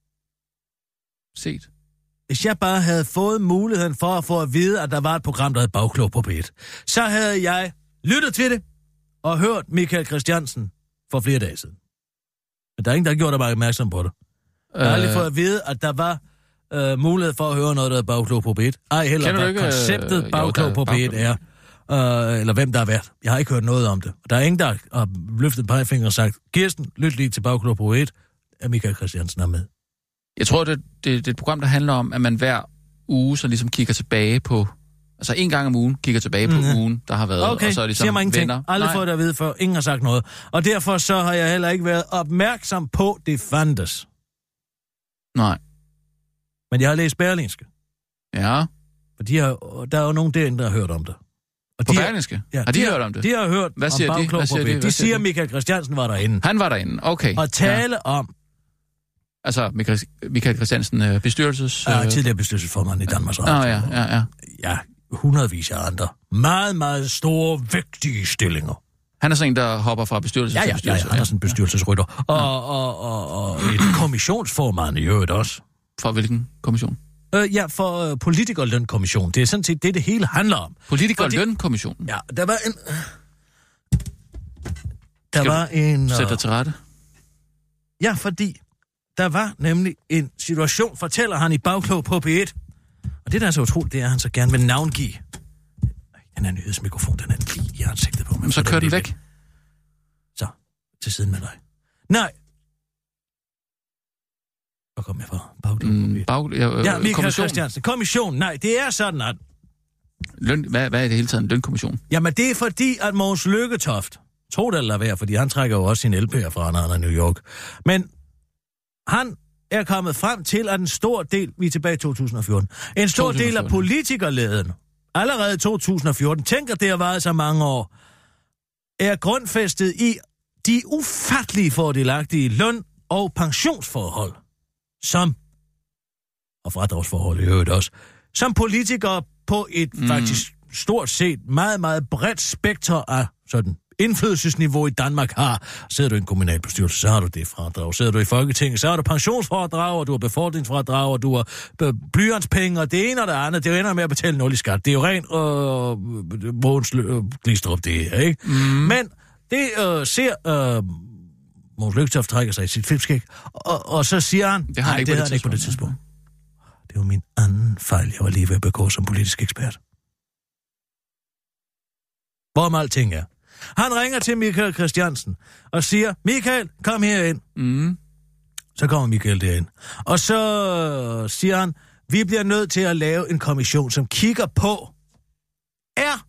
set, hvis jeg bare havde fået muligheden for at få at vide, at der var et program, der hed Bagklog på P1, så havde jeg lyttet til det og hørt Michael Christiansen for flere dage siden. Men der er ingen, der har gjort dig bare opmærksom på det. Jeg har aldrig fået at vide, at der var mulighed for at høre noget, der er Bagklog på P1. Ej, heller hvad konceptet Bagklog på P1 er. Eller hvem der er vært. Jeg har ikke hørt noget om det. Der er ingen, der har løftet pegefinger og sagt, Kirsten, lyt lige til Bagklog på P1, at Michael Christiansen er med. Jeg tror, det er et program, der handler om, at man hver uge så ligesom kigger tilbage på, altså en gang om ugen kigger tilbage på ugen, der har været. Okay, og så er ligesom siger mig ingenting. Venner. Aldrig fået det at vide før. Ingen har sagt noget. Og derfor så har jeg heller ikke været opmærksom på, det fandtes. Nej. Men jeg har læst Berlingske. Ja. For der er jo nogen derinde, der har hørt om det. Og på Berlingske? Ja, har de hørt om det? De har hørt hvad siger om Bagklog på P1. De siger, at Michael Christiansen var derinde. Han var derinde, okay. Og tale om... Altså, Michael Christiansen, bestyrelses... Ja, tidligere bestyrelsesformand i Danmarks Radio. Ja. Ja, hundredvis af andre. Meget, meget store, vigtige stillinger. Han er sådan en, der hopper fra bestyrelse til bestyrelse. Ja, han er sådan en bestyrelsesrytter. Og et kommissionsformand i øvrigt også. For hvilken kommission? For politikerlønkommission. Det er sådan set det hele handler om. Politikerlønkommissionen? Ja, der var en... Sæt dig til rette? Ja, fordi der var nemlig en situation, fortæller han i Bagklog på P1. Og det, der er så utroligt, det er, at han så gerne vil navngive. Den her nyhedsmikrofon, den er lige i ansigtet på mig. Så kør den væk. Så, til siden med dig. Nej. Hvor kom jeg fra? Bagklog på P1. Ja, Michael Christiansen. Kommission. Nej, det er sådan, at... Hvad er det hele taget en lønkommission? Jamen, det er fordi, at Mogens Lykketoft, tro det eller være, fordi han trækker jo også sin LP'er fra, når han er i New York. Men han er kommet frem til, at en stor del, vi er tilbage i 2014, en stor del af politikerleden, allerede 2014, tænker det har været så mange år, er grundfæstet i de ufattelige fordelagtige løn- og pensionsforhold, og fradragsforhold i øvrigt også, som politikere på et faktisk stort set meget, meget bredt spektrum af sådan indflydelsesniveau i Danmark har. Sidder du i en kommunalbestyrelse, så har du det fradrag. Sidder du i Folketinget, så har du pensionsfradrag, og du har befordringsfradrag, og du har blyantspenge, og det ene og det andet. Det ender med at betale 0 i skat. Det er jo rent Mogens Glistrup, det er, ikke? Men det ser Mogens Lykketoft trækker sig i sit filmskæg, og så siger han, det havde han ikke på det tidspunkt. Det var min anden fejl, jeg var lige ved at begå som politisk ekspert. Hvorom alting er. Han ringer til Michael Christiansen og siger, Michael, kom herind. Så kommer Michael derind. Og så siger han, vi bliver nødt til at lave en kommission, som kigger på, er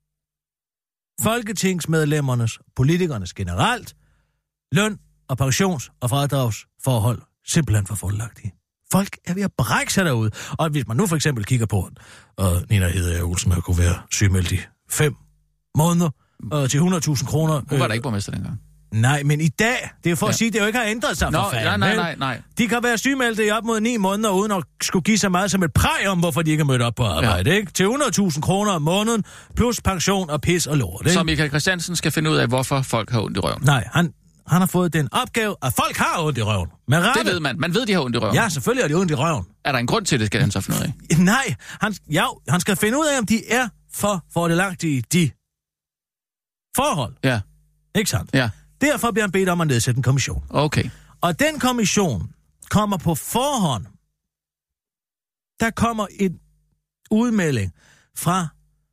folketingsmedlemmernes, politikernes generelt, løn- og pensions- og fradragsforhold simpelthen for fordelagtige. Folk er ved at brække sig derude. Og hvis man nu for eksempel kigger på, Nina Hedegaard Olsen har kunne være sygemeldt i 5 måneder til 100.000 kroner. Hun var der ikke borgmester dengang. Nej, men i dag, det er for at sige, det jo ikke har ændret sig for fanden. Nej. De kan være sygemeldte i op mod 9 måneder, uden at skulle give så meget som et præg om, hvorfor de ikke er mødt op på arbejde, ikke? Til 100.000 kroner om måneden, plus pension og pis og lort, ikke? Så Michael Christiansen skal finde ud af, hvorfor folk har ondt i røven. Nej, han har fået den opgave, at folk har ondt i røven. Det ved man. Man ved, de har ondt i røven. Ja, selvfølgelig har de ondt i røven. Er der en grund til det, skal han så finde ud af? Nej, han skal finde ud af, om de er for fordelagtige, de forhold. Ja. Ikke sandt? Ja. Derfor bliver han bedt om at nedsætte en kommission. Okay. Og den kommission kommer på forhånd. Der kommer en udmelding fra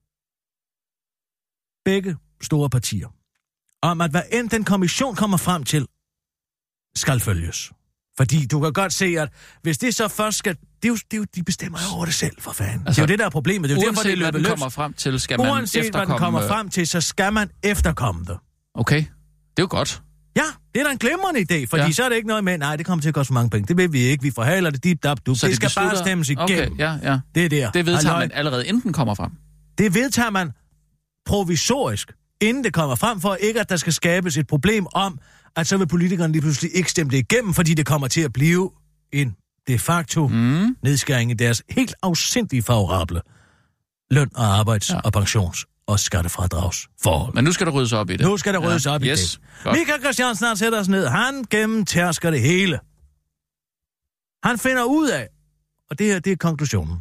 begge store partier om, at hvad end den kommission kommer frem til, skal følges. Fordi du kan godt se, at hvis det så først skal... de bestemmer jo over det selv, for fanden. Altså, det er jo det, der er problemet. Det er jo derfor, det hvad den kommer frem til, skal man uanset hvad den kommer frem til, så skal man efterkomme det. Okay, det er jo godt. Ja, det er da en glimrende idé, fordi så er det ikke noget med, nej, det kommer til at koste så mange penge. Det vil vi ikke, vi forhaler det, det skal bare stemmes igennem. Okay, ja. Det er der. Det vedtager man allerede, inden den kommer frem. Det vedtager man provisorisk, inden det kommer frem, for ikke, at der skal skabes et problem om, at så vil politikerne lige pludselig ikke stemme det igennem, fordi det kommer til at blive en de facto nedskæring i deres helt afsindigt favorable løn- og arbejds- og pensions- og skattefradragsforhold. Men nu skal der ryddes op i det. Nu skal der ryddes op i det. Michael Christiansen sætter os ned. Han gennemtærsker det hele. Han finder ud af, og det er konklusionen.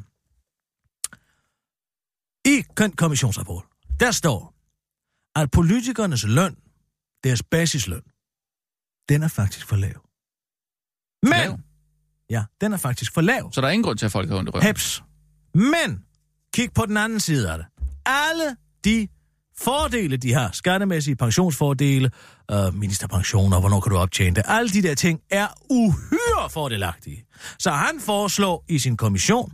I kommissionsrapport, der står, at politikernes løn, deres basisløn, den er faktisk for lav. Men, ja, den er faktisk for lav. Så der er ingen grund til, at folk har ondt i røven. Heps. Men, kig på den anden side af det. Alle de fordele, de har, skattemæssige pensionsfordele, ministerpensioner, hvornår kan du optjene det, alle de der ting er uhyre fordelagtige. Så han foreslår i sin kommission,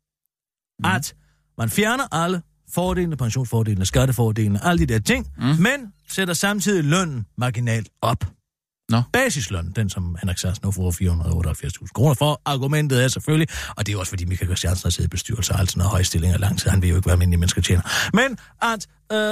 at man fjerner alle fordelene, pensionsfordelene, skattefordelene, alle de der ting, men sætter samtidig lønnen marginalt op. Basisløn, den som Henrik Sass nu får 478.000 kroner for. Argumentet er selvfølgelig, og det er også fordi Michael Christiansen har siddet i bestyrelser, altså noget høje stillinger lang tid, han vil jo ikke være almindelige mennesker tjener. Men at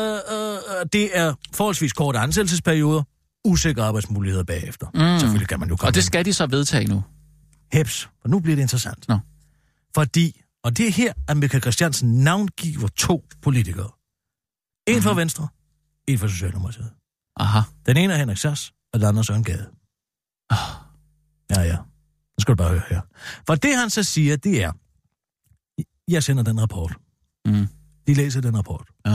det er forholdsvis korte ansættelsesperioder, usikre arbejdsmuligheder bagefter. Selvfølgelig kan man jo komme. Og det skal de så vedtage nu? Heps, for nu bliver det interessant. Fordi, og det er her, at Michael Christiansen navngiver 2 politikere. En fra Venstre, en fra Socialdemokratiet. Aha. Den ene er Henrik Sass, og den anden er Søren Gade. Ja. Nu skal du bare høre her. For det, han så siger, det er, jeg sender den rapport. De læser den rapport. Ja.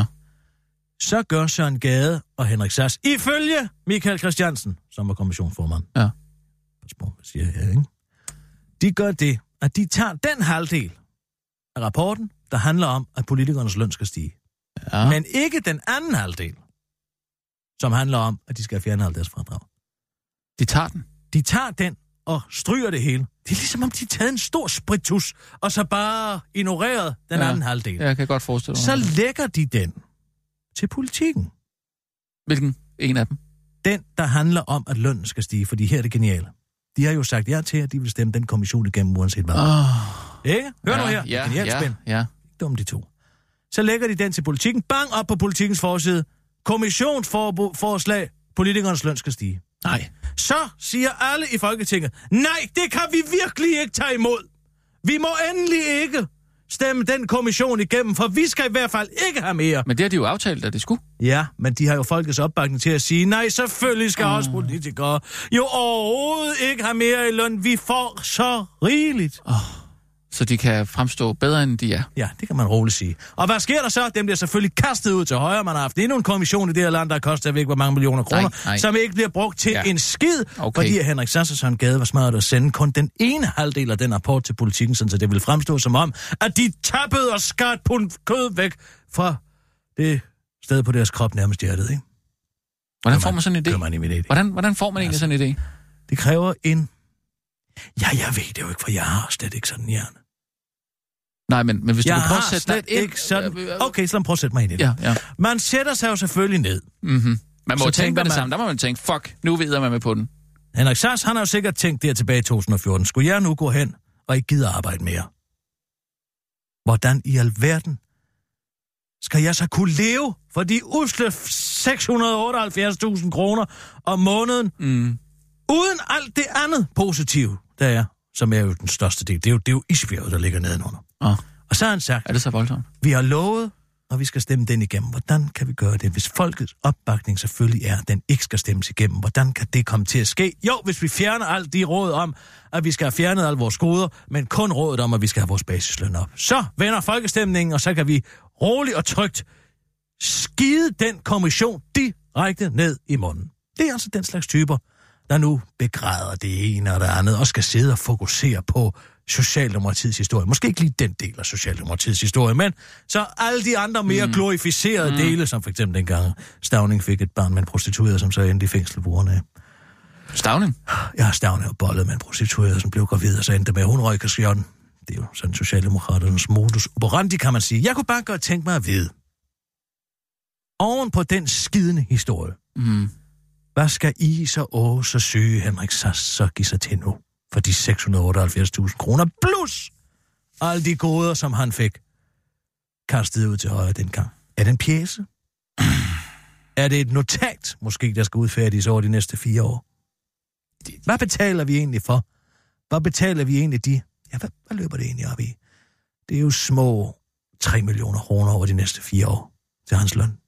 Så gør Søren Gade og Henrik Sass, ifølge Michael Christiansen, som var kommissionsformand. Ja. Hvad siger jeg, ikke? De gør det, at de tager den halvdel af rapporten, der handler om, at politikernes løn skal stige. Ja. Men ikke den anden halvdel, som handler om, at de skal fjerne alt deres fradrag. De tager den? De tager den og stryger det hele. Det er ligesom om, de har taget en stor spritus, og så bare ignoreret den anden halvdel. Ja, jeg kan godt forestille mig. Så lægger de den til politikken. Hvilken en af dem? Den, der handler om, at lønnen skal stige, fordi her er det geniale. De har jo sagt ja til, at de vil stemme den kommission igennem, uanset hvad. Ikke? Hør nu her. Genialt spænd. Ja. Dumme de 2. Så lægger de den til politikken. Bang, op på politikens forside. Kommissionsforslag. Politikernes løn skal stige. Nej. Så siger alle i Folketinget, nej, det kan vi virkelig ikke tage imod. Vi må endelig ikke stemme den kommission igennem, for vi skal i hvert fald ikke have mere. Men det har de jo aftalt, at det skulle. Ja, men de har jo folkets opbakning til at sige, nej, selvfølgelig skal også politikere jo overhovedet ikke have mere i løn. Vi får så rigeligt. Så de kan fremstå bedre, end de er. Ja, det kan man roligt sige. Og hvad sker der så? Dem bliver selvfølgelig kastet ud til højre. Man har haft endnu en kommission i det her land, der koster ikke hvor mange millioner kroner, som ikke bliver brugt til en skid, fordi Henrik Sass og Søren Gade var smart at sende kun den ene halvdel af den rapport til politikken, så det ville fremstå som om, at de tappede og skar kød væk fra det sted på deres krop nærmest hjertet, ikke? Hvordan får man sådan en idé? Hvordan får man egentlig sådan en idé? Det kræver en... Ja, jeg ved det jo ikke, for jeg har slet ikke sådan en hjerne. Nej, men hvis du kan prøve at sætte dig ind... Sådan... Okay, så prøv at sætte mig ind i det. Ja. Man sætter sig jo selvfølgelig ned. Man må så tænke det samme. Der må man tænke, fuck, nu ved man med på den. Henrik Sass, han har jo sikkert tænkt der tilbage i 2014. Skulle jeg nu gå hen og ikke gide arbejde mere? Hvordan i alverden skal jeg så kunne leve for de usle 678.000 kroner om måneden, uden alt det andet positive, der er, som er jo den største del. Det er jo isbjerget, der ligger nedenunder. Og så har han sagt... Er det så voldsomt? Vi har lovet og vi skal stemme den igennem. Hvordan kan vi gøre det, hvis folkets opbakning selvfølgelig er, at den ikke skal stemmes igennem? Hvordan kan det komme til at ske? Jo, hvis vi fjerner alt de råd om, at vi skal have fjernet alle vores goder, men kun rådet om, at vi skal have vores basisløn op. Så vender folkestemningen, og så kan vi roligt og trygt skide den kommission direkte ned i munden. Det er altså den slags typer, der nu begræder det ene og det andet, og skal sidde og fokusere på Socialdemokratiets historie. Måske ikke lige den del af Socialdemokratiets historie, men så alle de andre mere glorificerede dele, som for eksempel dengang Stauning fik et barn med en prostitueret, som så endte i fængsel på grund af. Stauning? Ja, Stauning og bollet med en prostitueret, som blev gravid, og så endte med, hun røg kasjotten. Det er jo sådan Socialdemokraternes modus operandi, kan man sige. Jeg kunne bare godt tænke mig at vide, oven på den skidende historie, hvad skal I så så syge Henrik Sass så give sig til nu? For de 678.000 kroner plus alle de goder, som han fik kastet ud til højre dengang. Er det en pjece? Er det et notat, måske, der skal udfærdiges over de næste 4 år? Hvad betaler vi egentlig for? Hvad betaler vi egentlig de? Ja, hvad løber det egentlig op i? Det er jo små 3 millioner kroner over de næste 4 år til hans løn.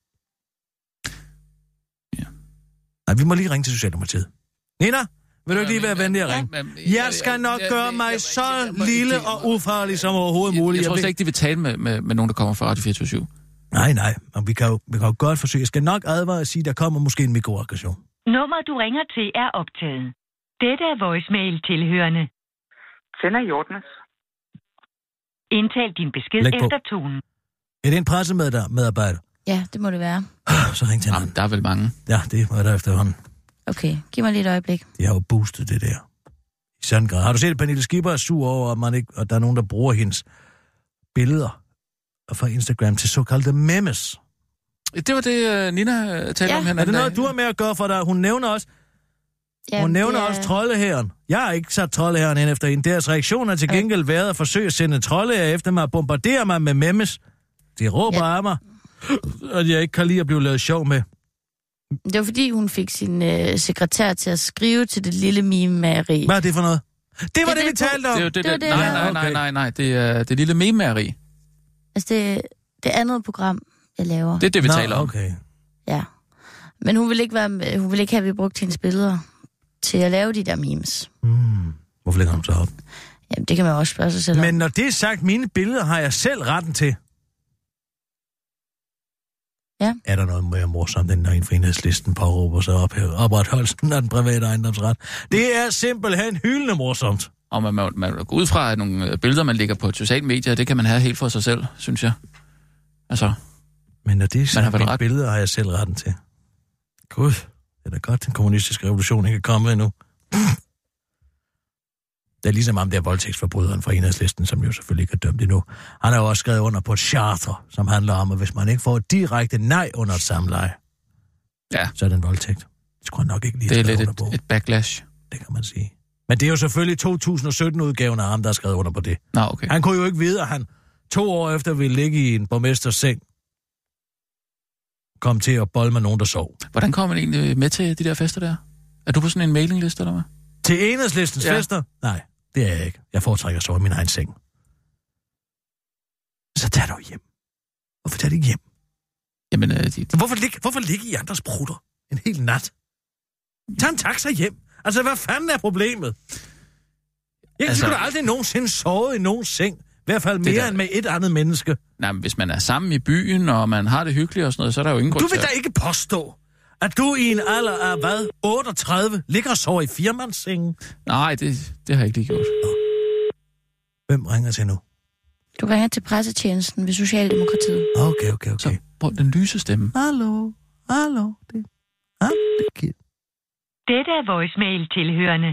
Ja. Nej, vi må lige ringe til Socialdemokratiet. Nina? Vil du ikke lige være venlig at ringe? Jeg skal nok gøre mig så lille og ufarlig som overhovedet muligt. Jeg tror ikke, de vil tale med nogen, der kommer fra Radio 24. Nej, men vi kan jo godt forsøge. Jeg skal nok advare at sige, at der kommer måske en mikroaggression. Nummer, du ringer til, er optaget. Dette er voicemail tilhørende. Sender i ordnes. Indtal din besked efter tonen. Er det en pressemedarbejder? Ja, det må det være. Så ring til ham. Der er vel mange. Ja, det var der efterhånden. Okay, giv mig lige et øjeblik. De har jo boostet det der. I sådan grad. Har du set, at Pernille Skipper er sur over, at der er nogen, der bruger hendes billeder fra Instagram til såkaldte memes? Det var det, Nina talte om her. Er det noget, du har med at gøre for dig? Hun nævner også... Hun nævner også troldehæren. Jeg har ikke sat troldehæren ind efter hende. Deres reaktion har til gengæld været at forsøge at sende troldehæren efter mig og bombardere mig med memes. De råber af mig, at jeg ikke kan lide at blive lavet sjov med. Det var fordi, hun fik sin sekretær til at skrive til det lille meme-mageri. Hvad er det for noget? Det var det, vi talte om! Nej, det er det lille meme-mageri. Altså, det andet program, jeg laver. Det er det, vi taler om. Okay. Ja. Men hun vil ikke have, at vi brugte hendes billeder til at lave de der memes. Hvorfor lægger hun så op? Jamen, det kan man også spørge sig selv om. Men når det er sagt, mine billeder har jeg selv retten til. Ja. Er der noget mere morsomt, end når en fra Enhedslisten påråber sig opretholdelsen af den private ejendomsret? Det er simpelthen hyldende morsomt. Og man går ud fra nogle billeder, man lægger på sociale medier, det kan man have helt for sig selv, synes jeg. Altså... Men når det er sagt, mine billeder har jeg selv retten til. Gud, det er da godt, den kommunistiske revolution ikke er kommet endnu. Det er ligesom ham der voldtægtsforbryderen fra Enhedslisten, som jo selvfølgelig ikke er dømt endnu. Han har jo også skrevet under på et charter, som handler om, at hvis man ikke får et direkte nej under et samleje, så er det en voldtægt. Det skulle han nok ikke lige skrive under på. Det er lidt et backlash. Det kan man sige. Men det er jo selvfølgelig 2017-udgaven af ham, der har skrevet under på det. Nå, okay. Han kunne jo ikke vide, at han 2 år efter ville ligge i en borgmesters seng, kom til at bolle med nogen, der sov. Hvordan kommer man egentlig med til de der fester der? Er du på sådan en mailingliste, eller hvad? Til Enhedslistens fester? Nej, det er jeg ikke. Jeg foretrækker at sove i min egen seng. Så tag dog hjem. Hvorfor tager de ikke hjem? Jamen, Hvorfor ligge i andres prutter en hel nat? Tag en taxa hjem. Altså, hvad fanden er problemet? Jeg skulle aldrig nogensinde sove i nogen seng. I hvert fald mere end med et andet menneske. Nej, men hvis man er sammen i byen, og man har det hyggeligt og sådan noget, så er der jo ingen grund til... Du vil da ikke påstå, at du i en alder af, 38, ligger og sover i firmandssengen? Nej, det har jeg ikke lige gjort. Hvem ringer til nu? Du ringer til pressetjenesten ved Socialdemokratiet. Okay. Så prøv den lyse stemme. Hallo. Det er Kit. Dette er voicemail tilhørende.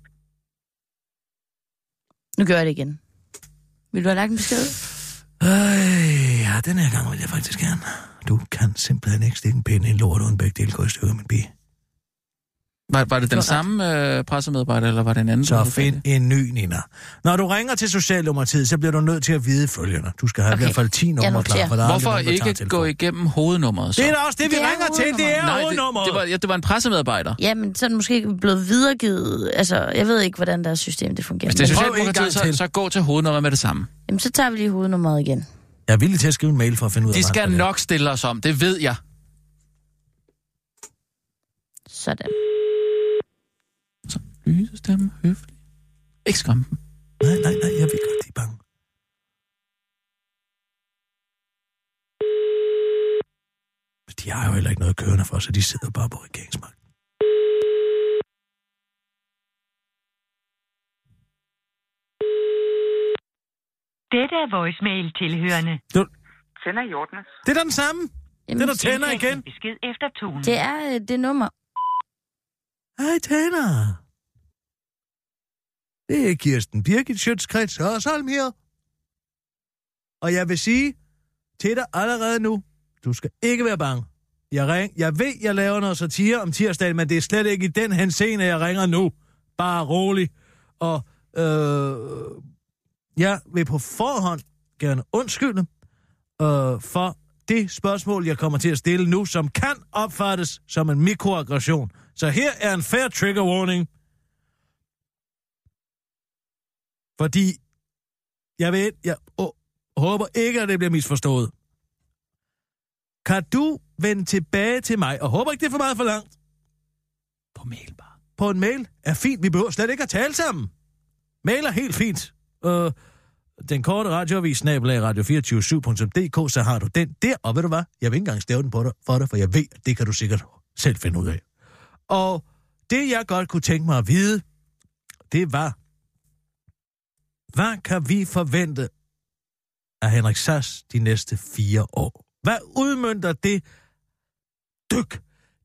Nu gør jeg det igen. Vil du have lagt en besked? Ja, den her gang vil jeg faktisk gerne. Du kan simpelthen ikke stikke en pinde i en lort uden begge dele gå i stykker, min pige. Var det den samme pressemedarbejder, eller var det en anden? Så find en ny, Nina. Når du ringer til Socialdemokratiet, så bliver du nødt til at vide følgende. Du skal have i hvert fald 10 numre klar for dig. Hvorfor ikke gå igennem hovednummeret så? Det er da også det, vi ringer til. Det er hovednummeret. Det var en pressemedarbejder. Ja, men så er den måske ikke blevet videregivet. Altså, jeg ved ikke, hvordan deres system det fungerer. Hvis det er Socialdemokratiet, så gå til hovednummeret med det samme. Jamen, så tager vi lige hovednummeret igen. Jeg er villig til at skrive en mail for at finde ud af, de skal nok stille os om, det ved jeg. Sådan. Så lyse stemme, høflig. Ikke skræmme dem. Nej, jeg ved godt, de er bange. De har jo heller ikke noget kørende for, så de sidder bare på regeringsmagten. Dette er voicemail tilhørende. Tænder i Hjortnes. Det er den samme. Jamen, det der tænder igen. Besked efter tonen. Det er det nummer. Hej, tænder. Det er Kirsten Birgit Schøtz-Krets Hørsholm her. Og jeg vil sige til dig allerede nu, du skal ikke være bange. Jeg ved, jeg laver noget satire om tirsdagen, men det er slet ikke i den henseende, jeg ringer nu. Bare rolig. Og jeg vil på forhånd gerne undskylde for det spørgsmål, jeg kommer til at stille nu, som kan opfattes som en mikroaggression. Så her er en fair trigger warning. Fordi jeg håber ikke, at det bliver misforstået. Kan du vende tilbage til mig, og håber ikke, det er for meget for langt? På mail bare. På en mail er fint, vi behøver slet ikke at tale sammen. Mail er helt fint. Den korte radioavis, @radio247.dk, så har du den der, og ved du hvad? Jeg vil ikke engang stave den på dig, for dig, for jeg ved, at det kan du sikkert selv finde ud af. Og det, jeg godt kunne tænke mig at vide, det var, hvad kan vi forvente af Henrik Sass de næste 4 år? Hvad udmønter det dyk?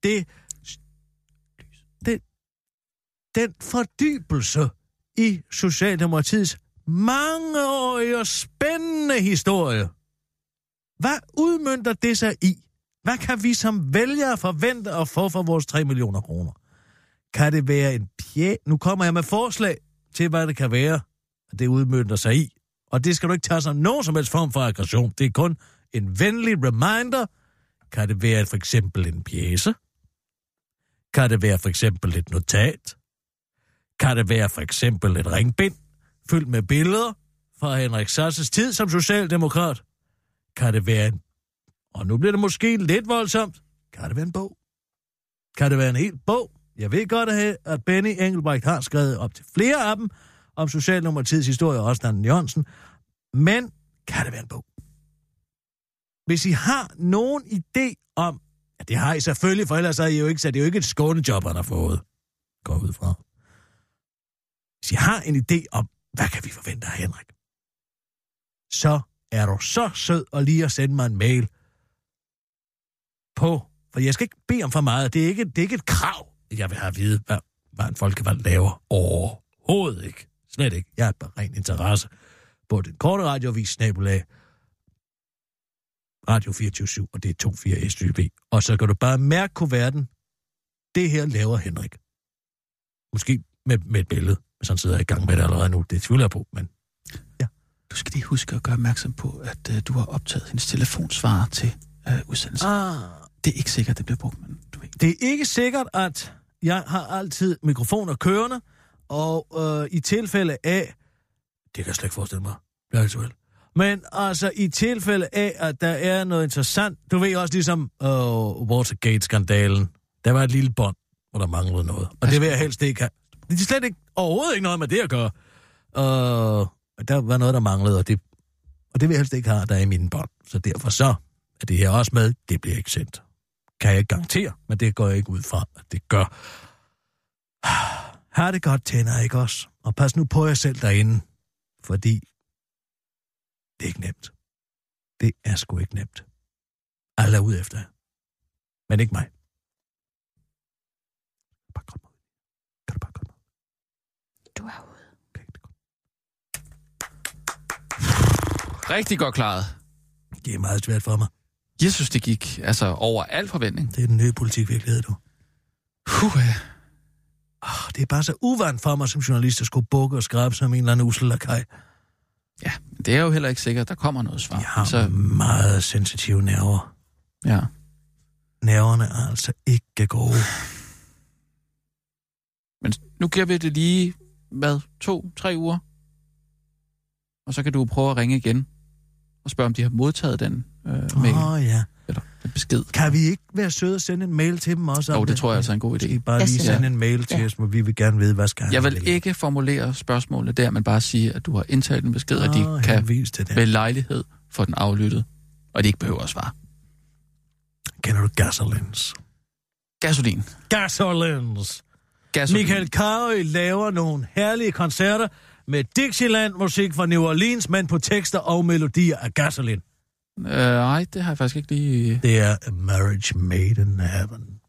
Den fordybelse i Socialdemokratiets mangeårige og spændende historie. Hvad udmønter det sig i? Hvad kan vi som vælgere forvente at få for vores 3 millioner kroner? Kan det være en Nu kommer jeg med forslag til, hvad det kan være, at det udmønter sig i. Og det skal du ikke tage som nogen som helst form for aggression. Det er kun en venlig reminder. Kan det være for eksempel en pjece? Kan det være for eksempel et notat? Kan det være for eksempel et ringbind fyldt med billeder fra Henrik Sass' tid som socialdemokrat? Kan det være en... Og nu bliver det måske lidt voldsomt. Kan det være en bog? Kan det være en hel bog? Jeg ved godt, at Benny Engelbrecht har skrevet op til flere af dem om Socialdemokratiets historie, også Dan Jørgensen. Men kan det være en bog? Hvis I har nogen idé om... Ja, det har I selvfølgelig, for ellers er I jo ikke, så det er jo ikke et skånejob, han har fået. Går ud fra. Hvis I har en idé om, hvad kan vi forvente af Henrik, så er du så sød og lige at sende mig en mail på... For jeg skal ikke bede om for meget. Det er ikke et krav, jeg vil have at vide, hvad en folkevalgt laver. Overhovedet ikke. Slet ikke. Jeg har bare ren interesse på den korte radioavis, Radio247, og det er 24 SYB. Og så kan du bare mærke kuverten. Det her laver Henrik. Måske med et billede, hvis han sidder i gang med det allerede nu. Det tvivler jeg på, men ja. Du skal lige huske at gøre opmærksom på, at du har optaget hendes telefonsvarer til udsendelsen. Det er ikke sikkert, det bliver brugt, men du ved. Det er ikke sikkert, at jeg har altid mikrofoner kørende, og i tilfælde af... Det kan jeg slet ikke forestille mig. Det er ikke men altså, i tilfælde af, at der er noget interessant... Du ved også ligesom Watergate-skandalen. Der var et lille bånd, hvor der manglede noget. Og det vil jeg helst ikke have. Det er slet ikke, overhovedet ikke noget med det at gøre. Der var noget, der manglede, og det vil jeg helst ikke have, der er i mine bånd. Så derfor så er det her også med. Det bliver ikke sendt. Kan jeg ikke garantere, men det går jeg ikke ud fra, at det gør. Har det godt, tænder, ikke også? Og pas nu på jer selv derinde, fordi det er ikke nemt. Det er sgu ikke nemt. Alle er ude efter jer. Men ikke mig. Bare kom ud. Kan du bare komme ud? Du er ude. Okay, det går. Rigtig godt klaret. Det er meget svært for mig. Jeg synes, det gik over al forventning. Det er den nye politikvirkelighed, du. Det er bare så uvant for mig som journalist at skulle bukke og skrabe som en eller anden uselakaj. Ja, det er jo heller ikke sikkert, der kommer noget svar. Jeg har meget sensitive nerver. Ja. Nerverne er altså ikke gode. Men nu giver vi det lige, 2-3 uger? Og så kan du prøve at ringe igen og spørge, om de har modtaget den mail. Ja. Eller en besked. Kan vi ikke være søde og sende en mail til dem også? Jo, det tror jeg altså er en god idé. I bare lige sende en mail til os, hvor vi vil gerne vide, hvad skal han. Jeg vil ikke formulere spørgsmålet der, men bare sige, at du har indtalt en besked, og de kan ved lejlighed få den aflyttet, og de ikke behøver at svare. Kender du Gasolins? Gasolin. Gasolins. Gasolin. Michael Carøe laver nogle herlige koncerter med Dixieland-musik fra New Orleans, men på tekster og melodier af Gasolin. Nej, det har jeg faktisk ikke lige... Det er A Marriage Made in Heaven.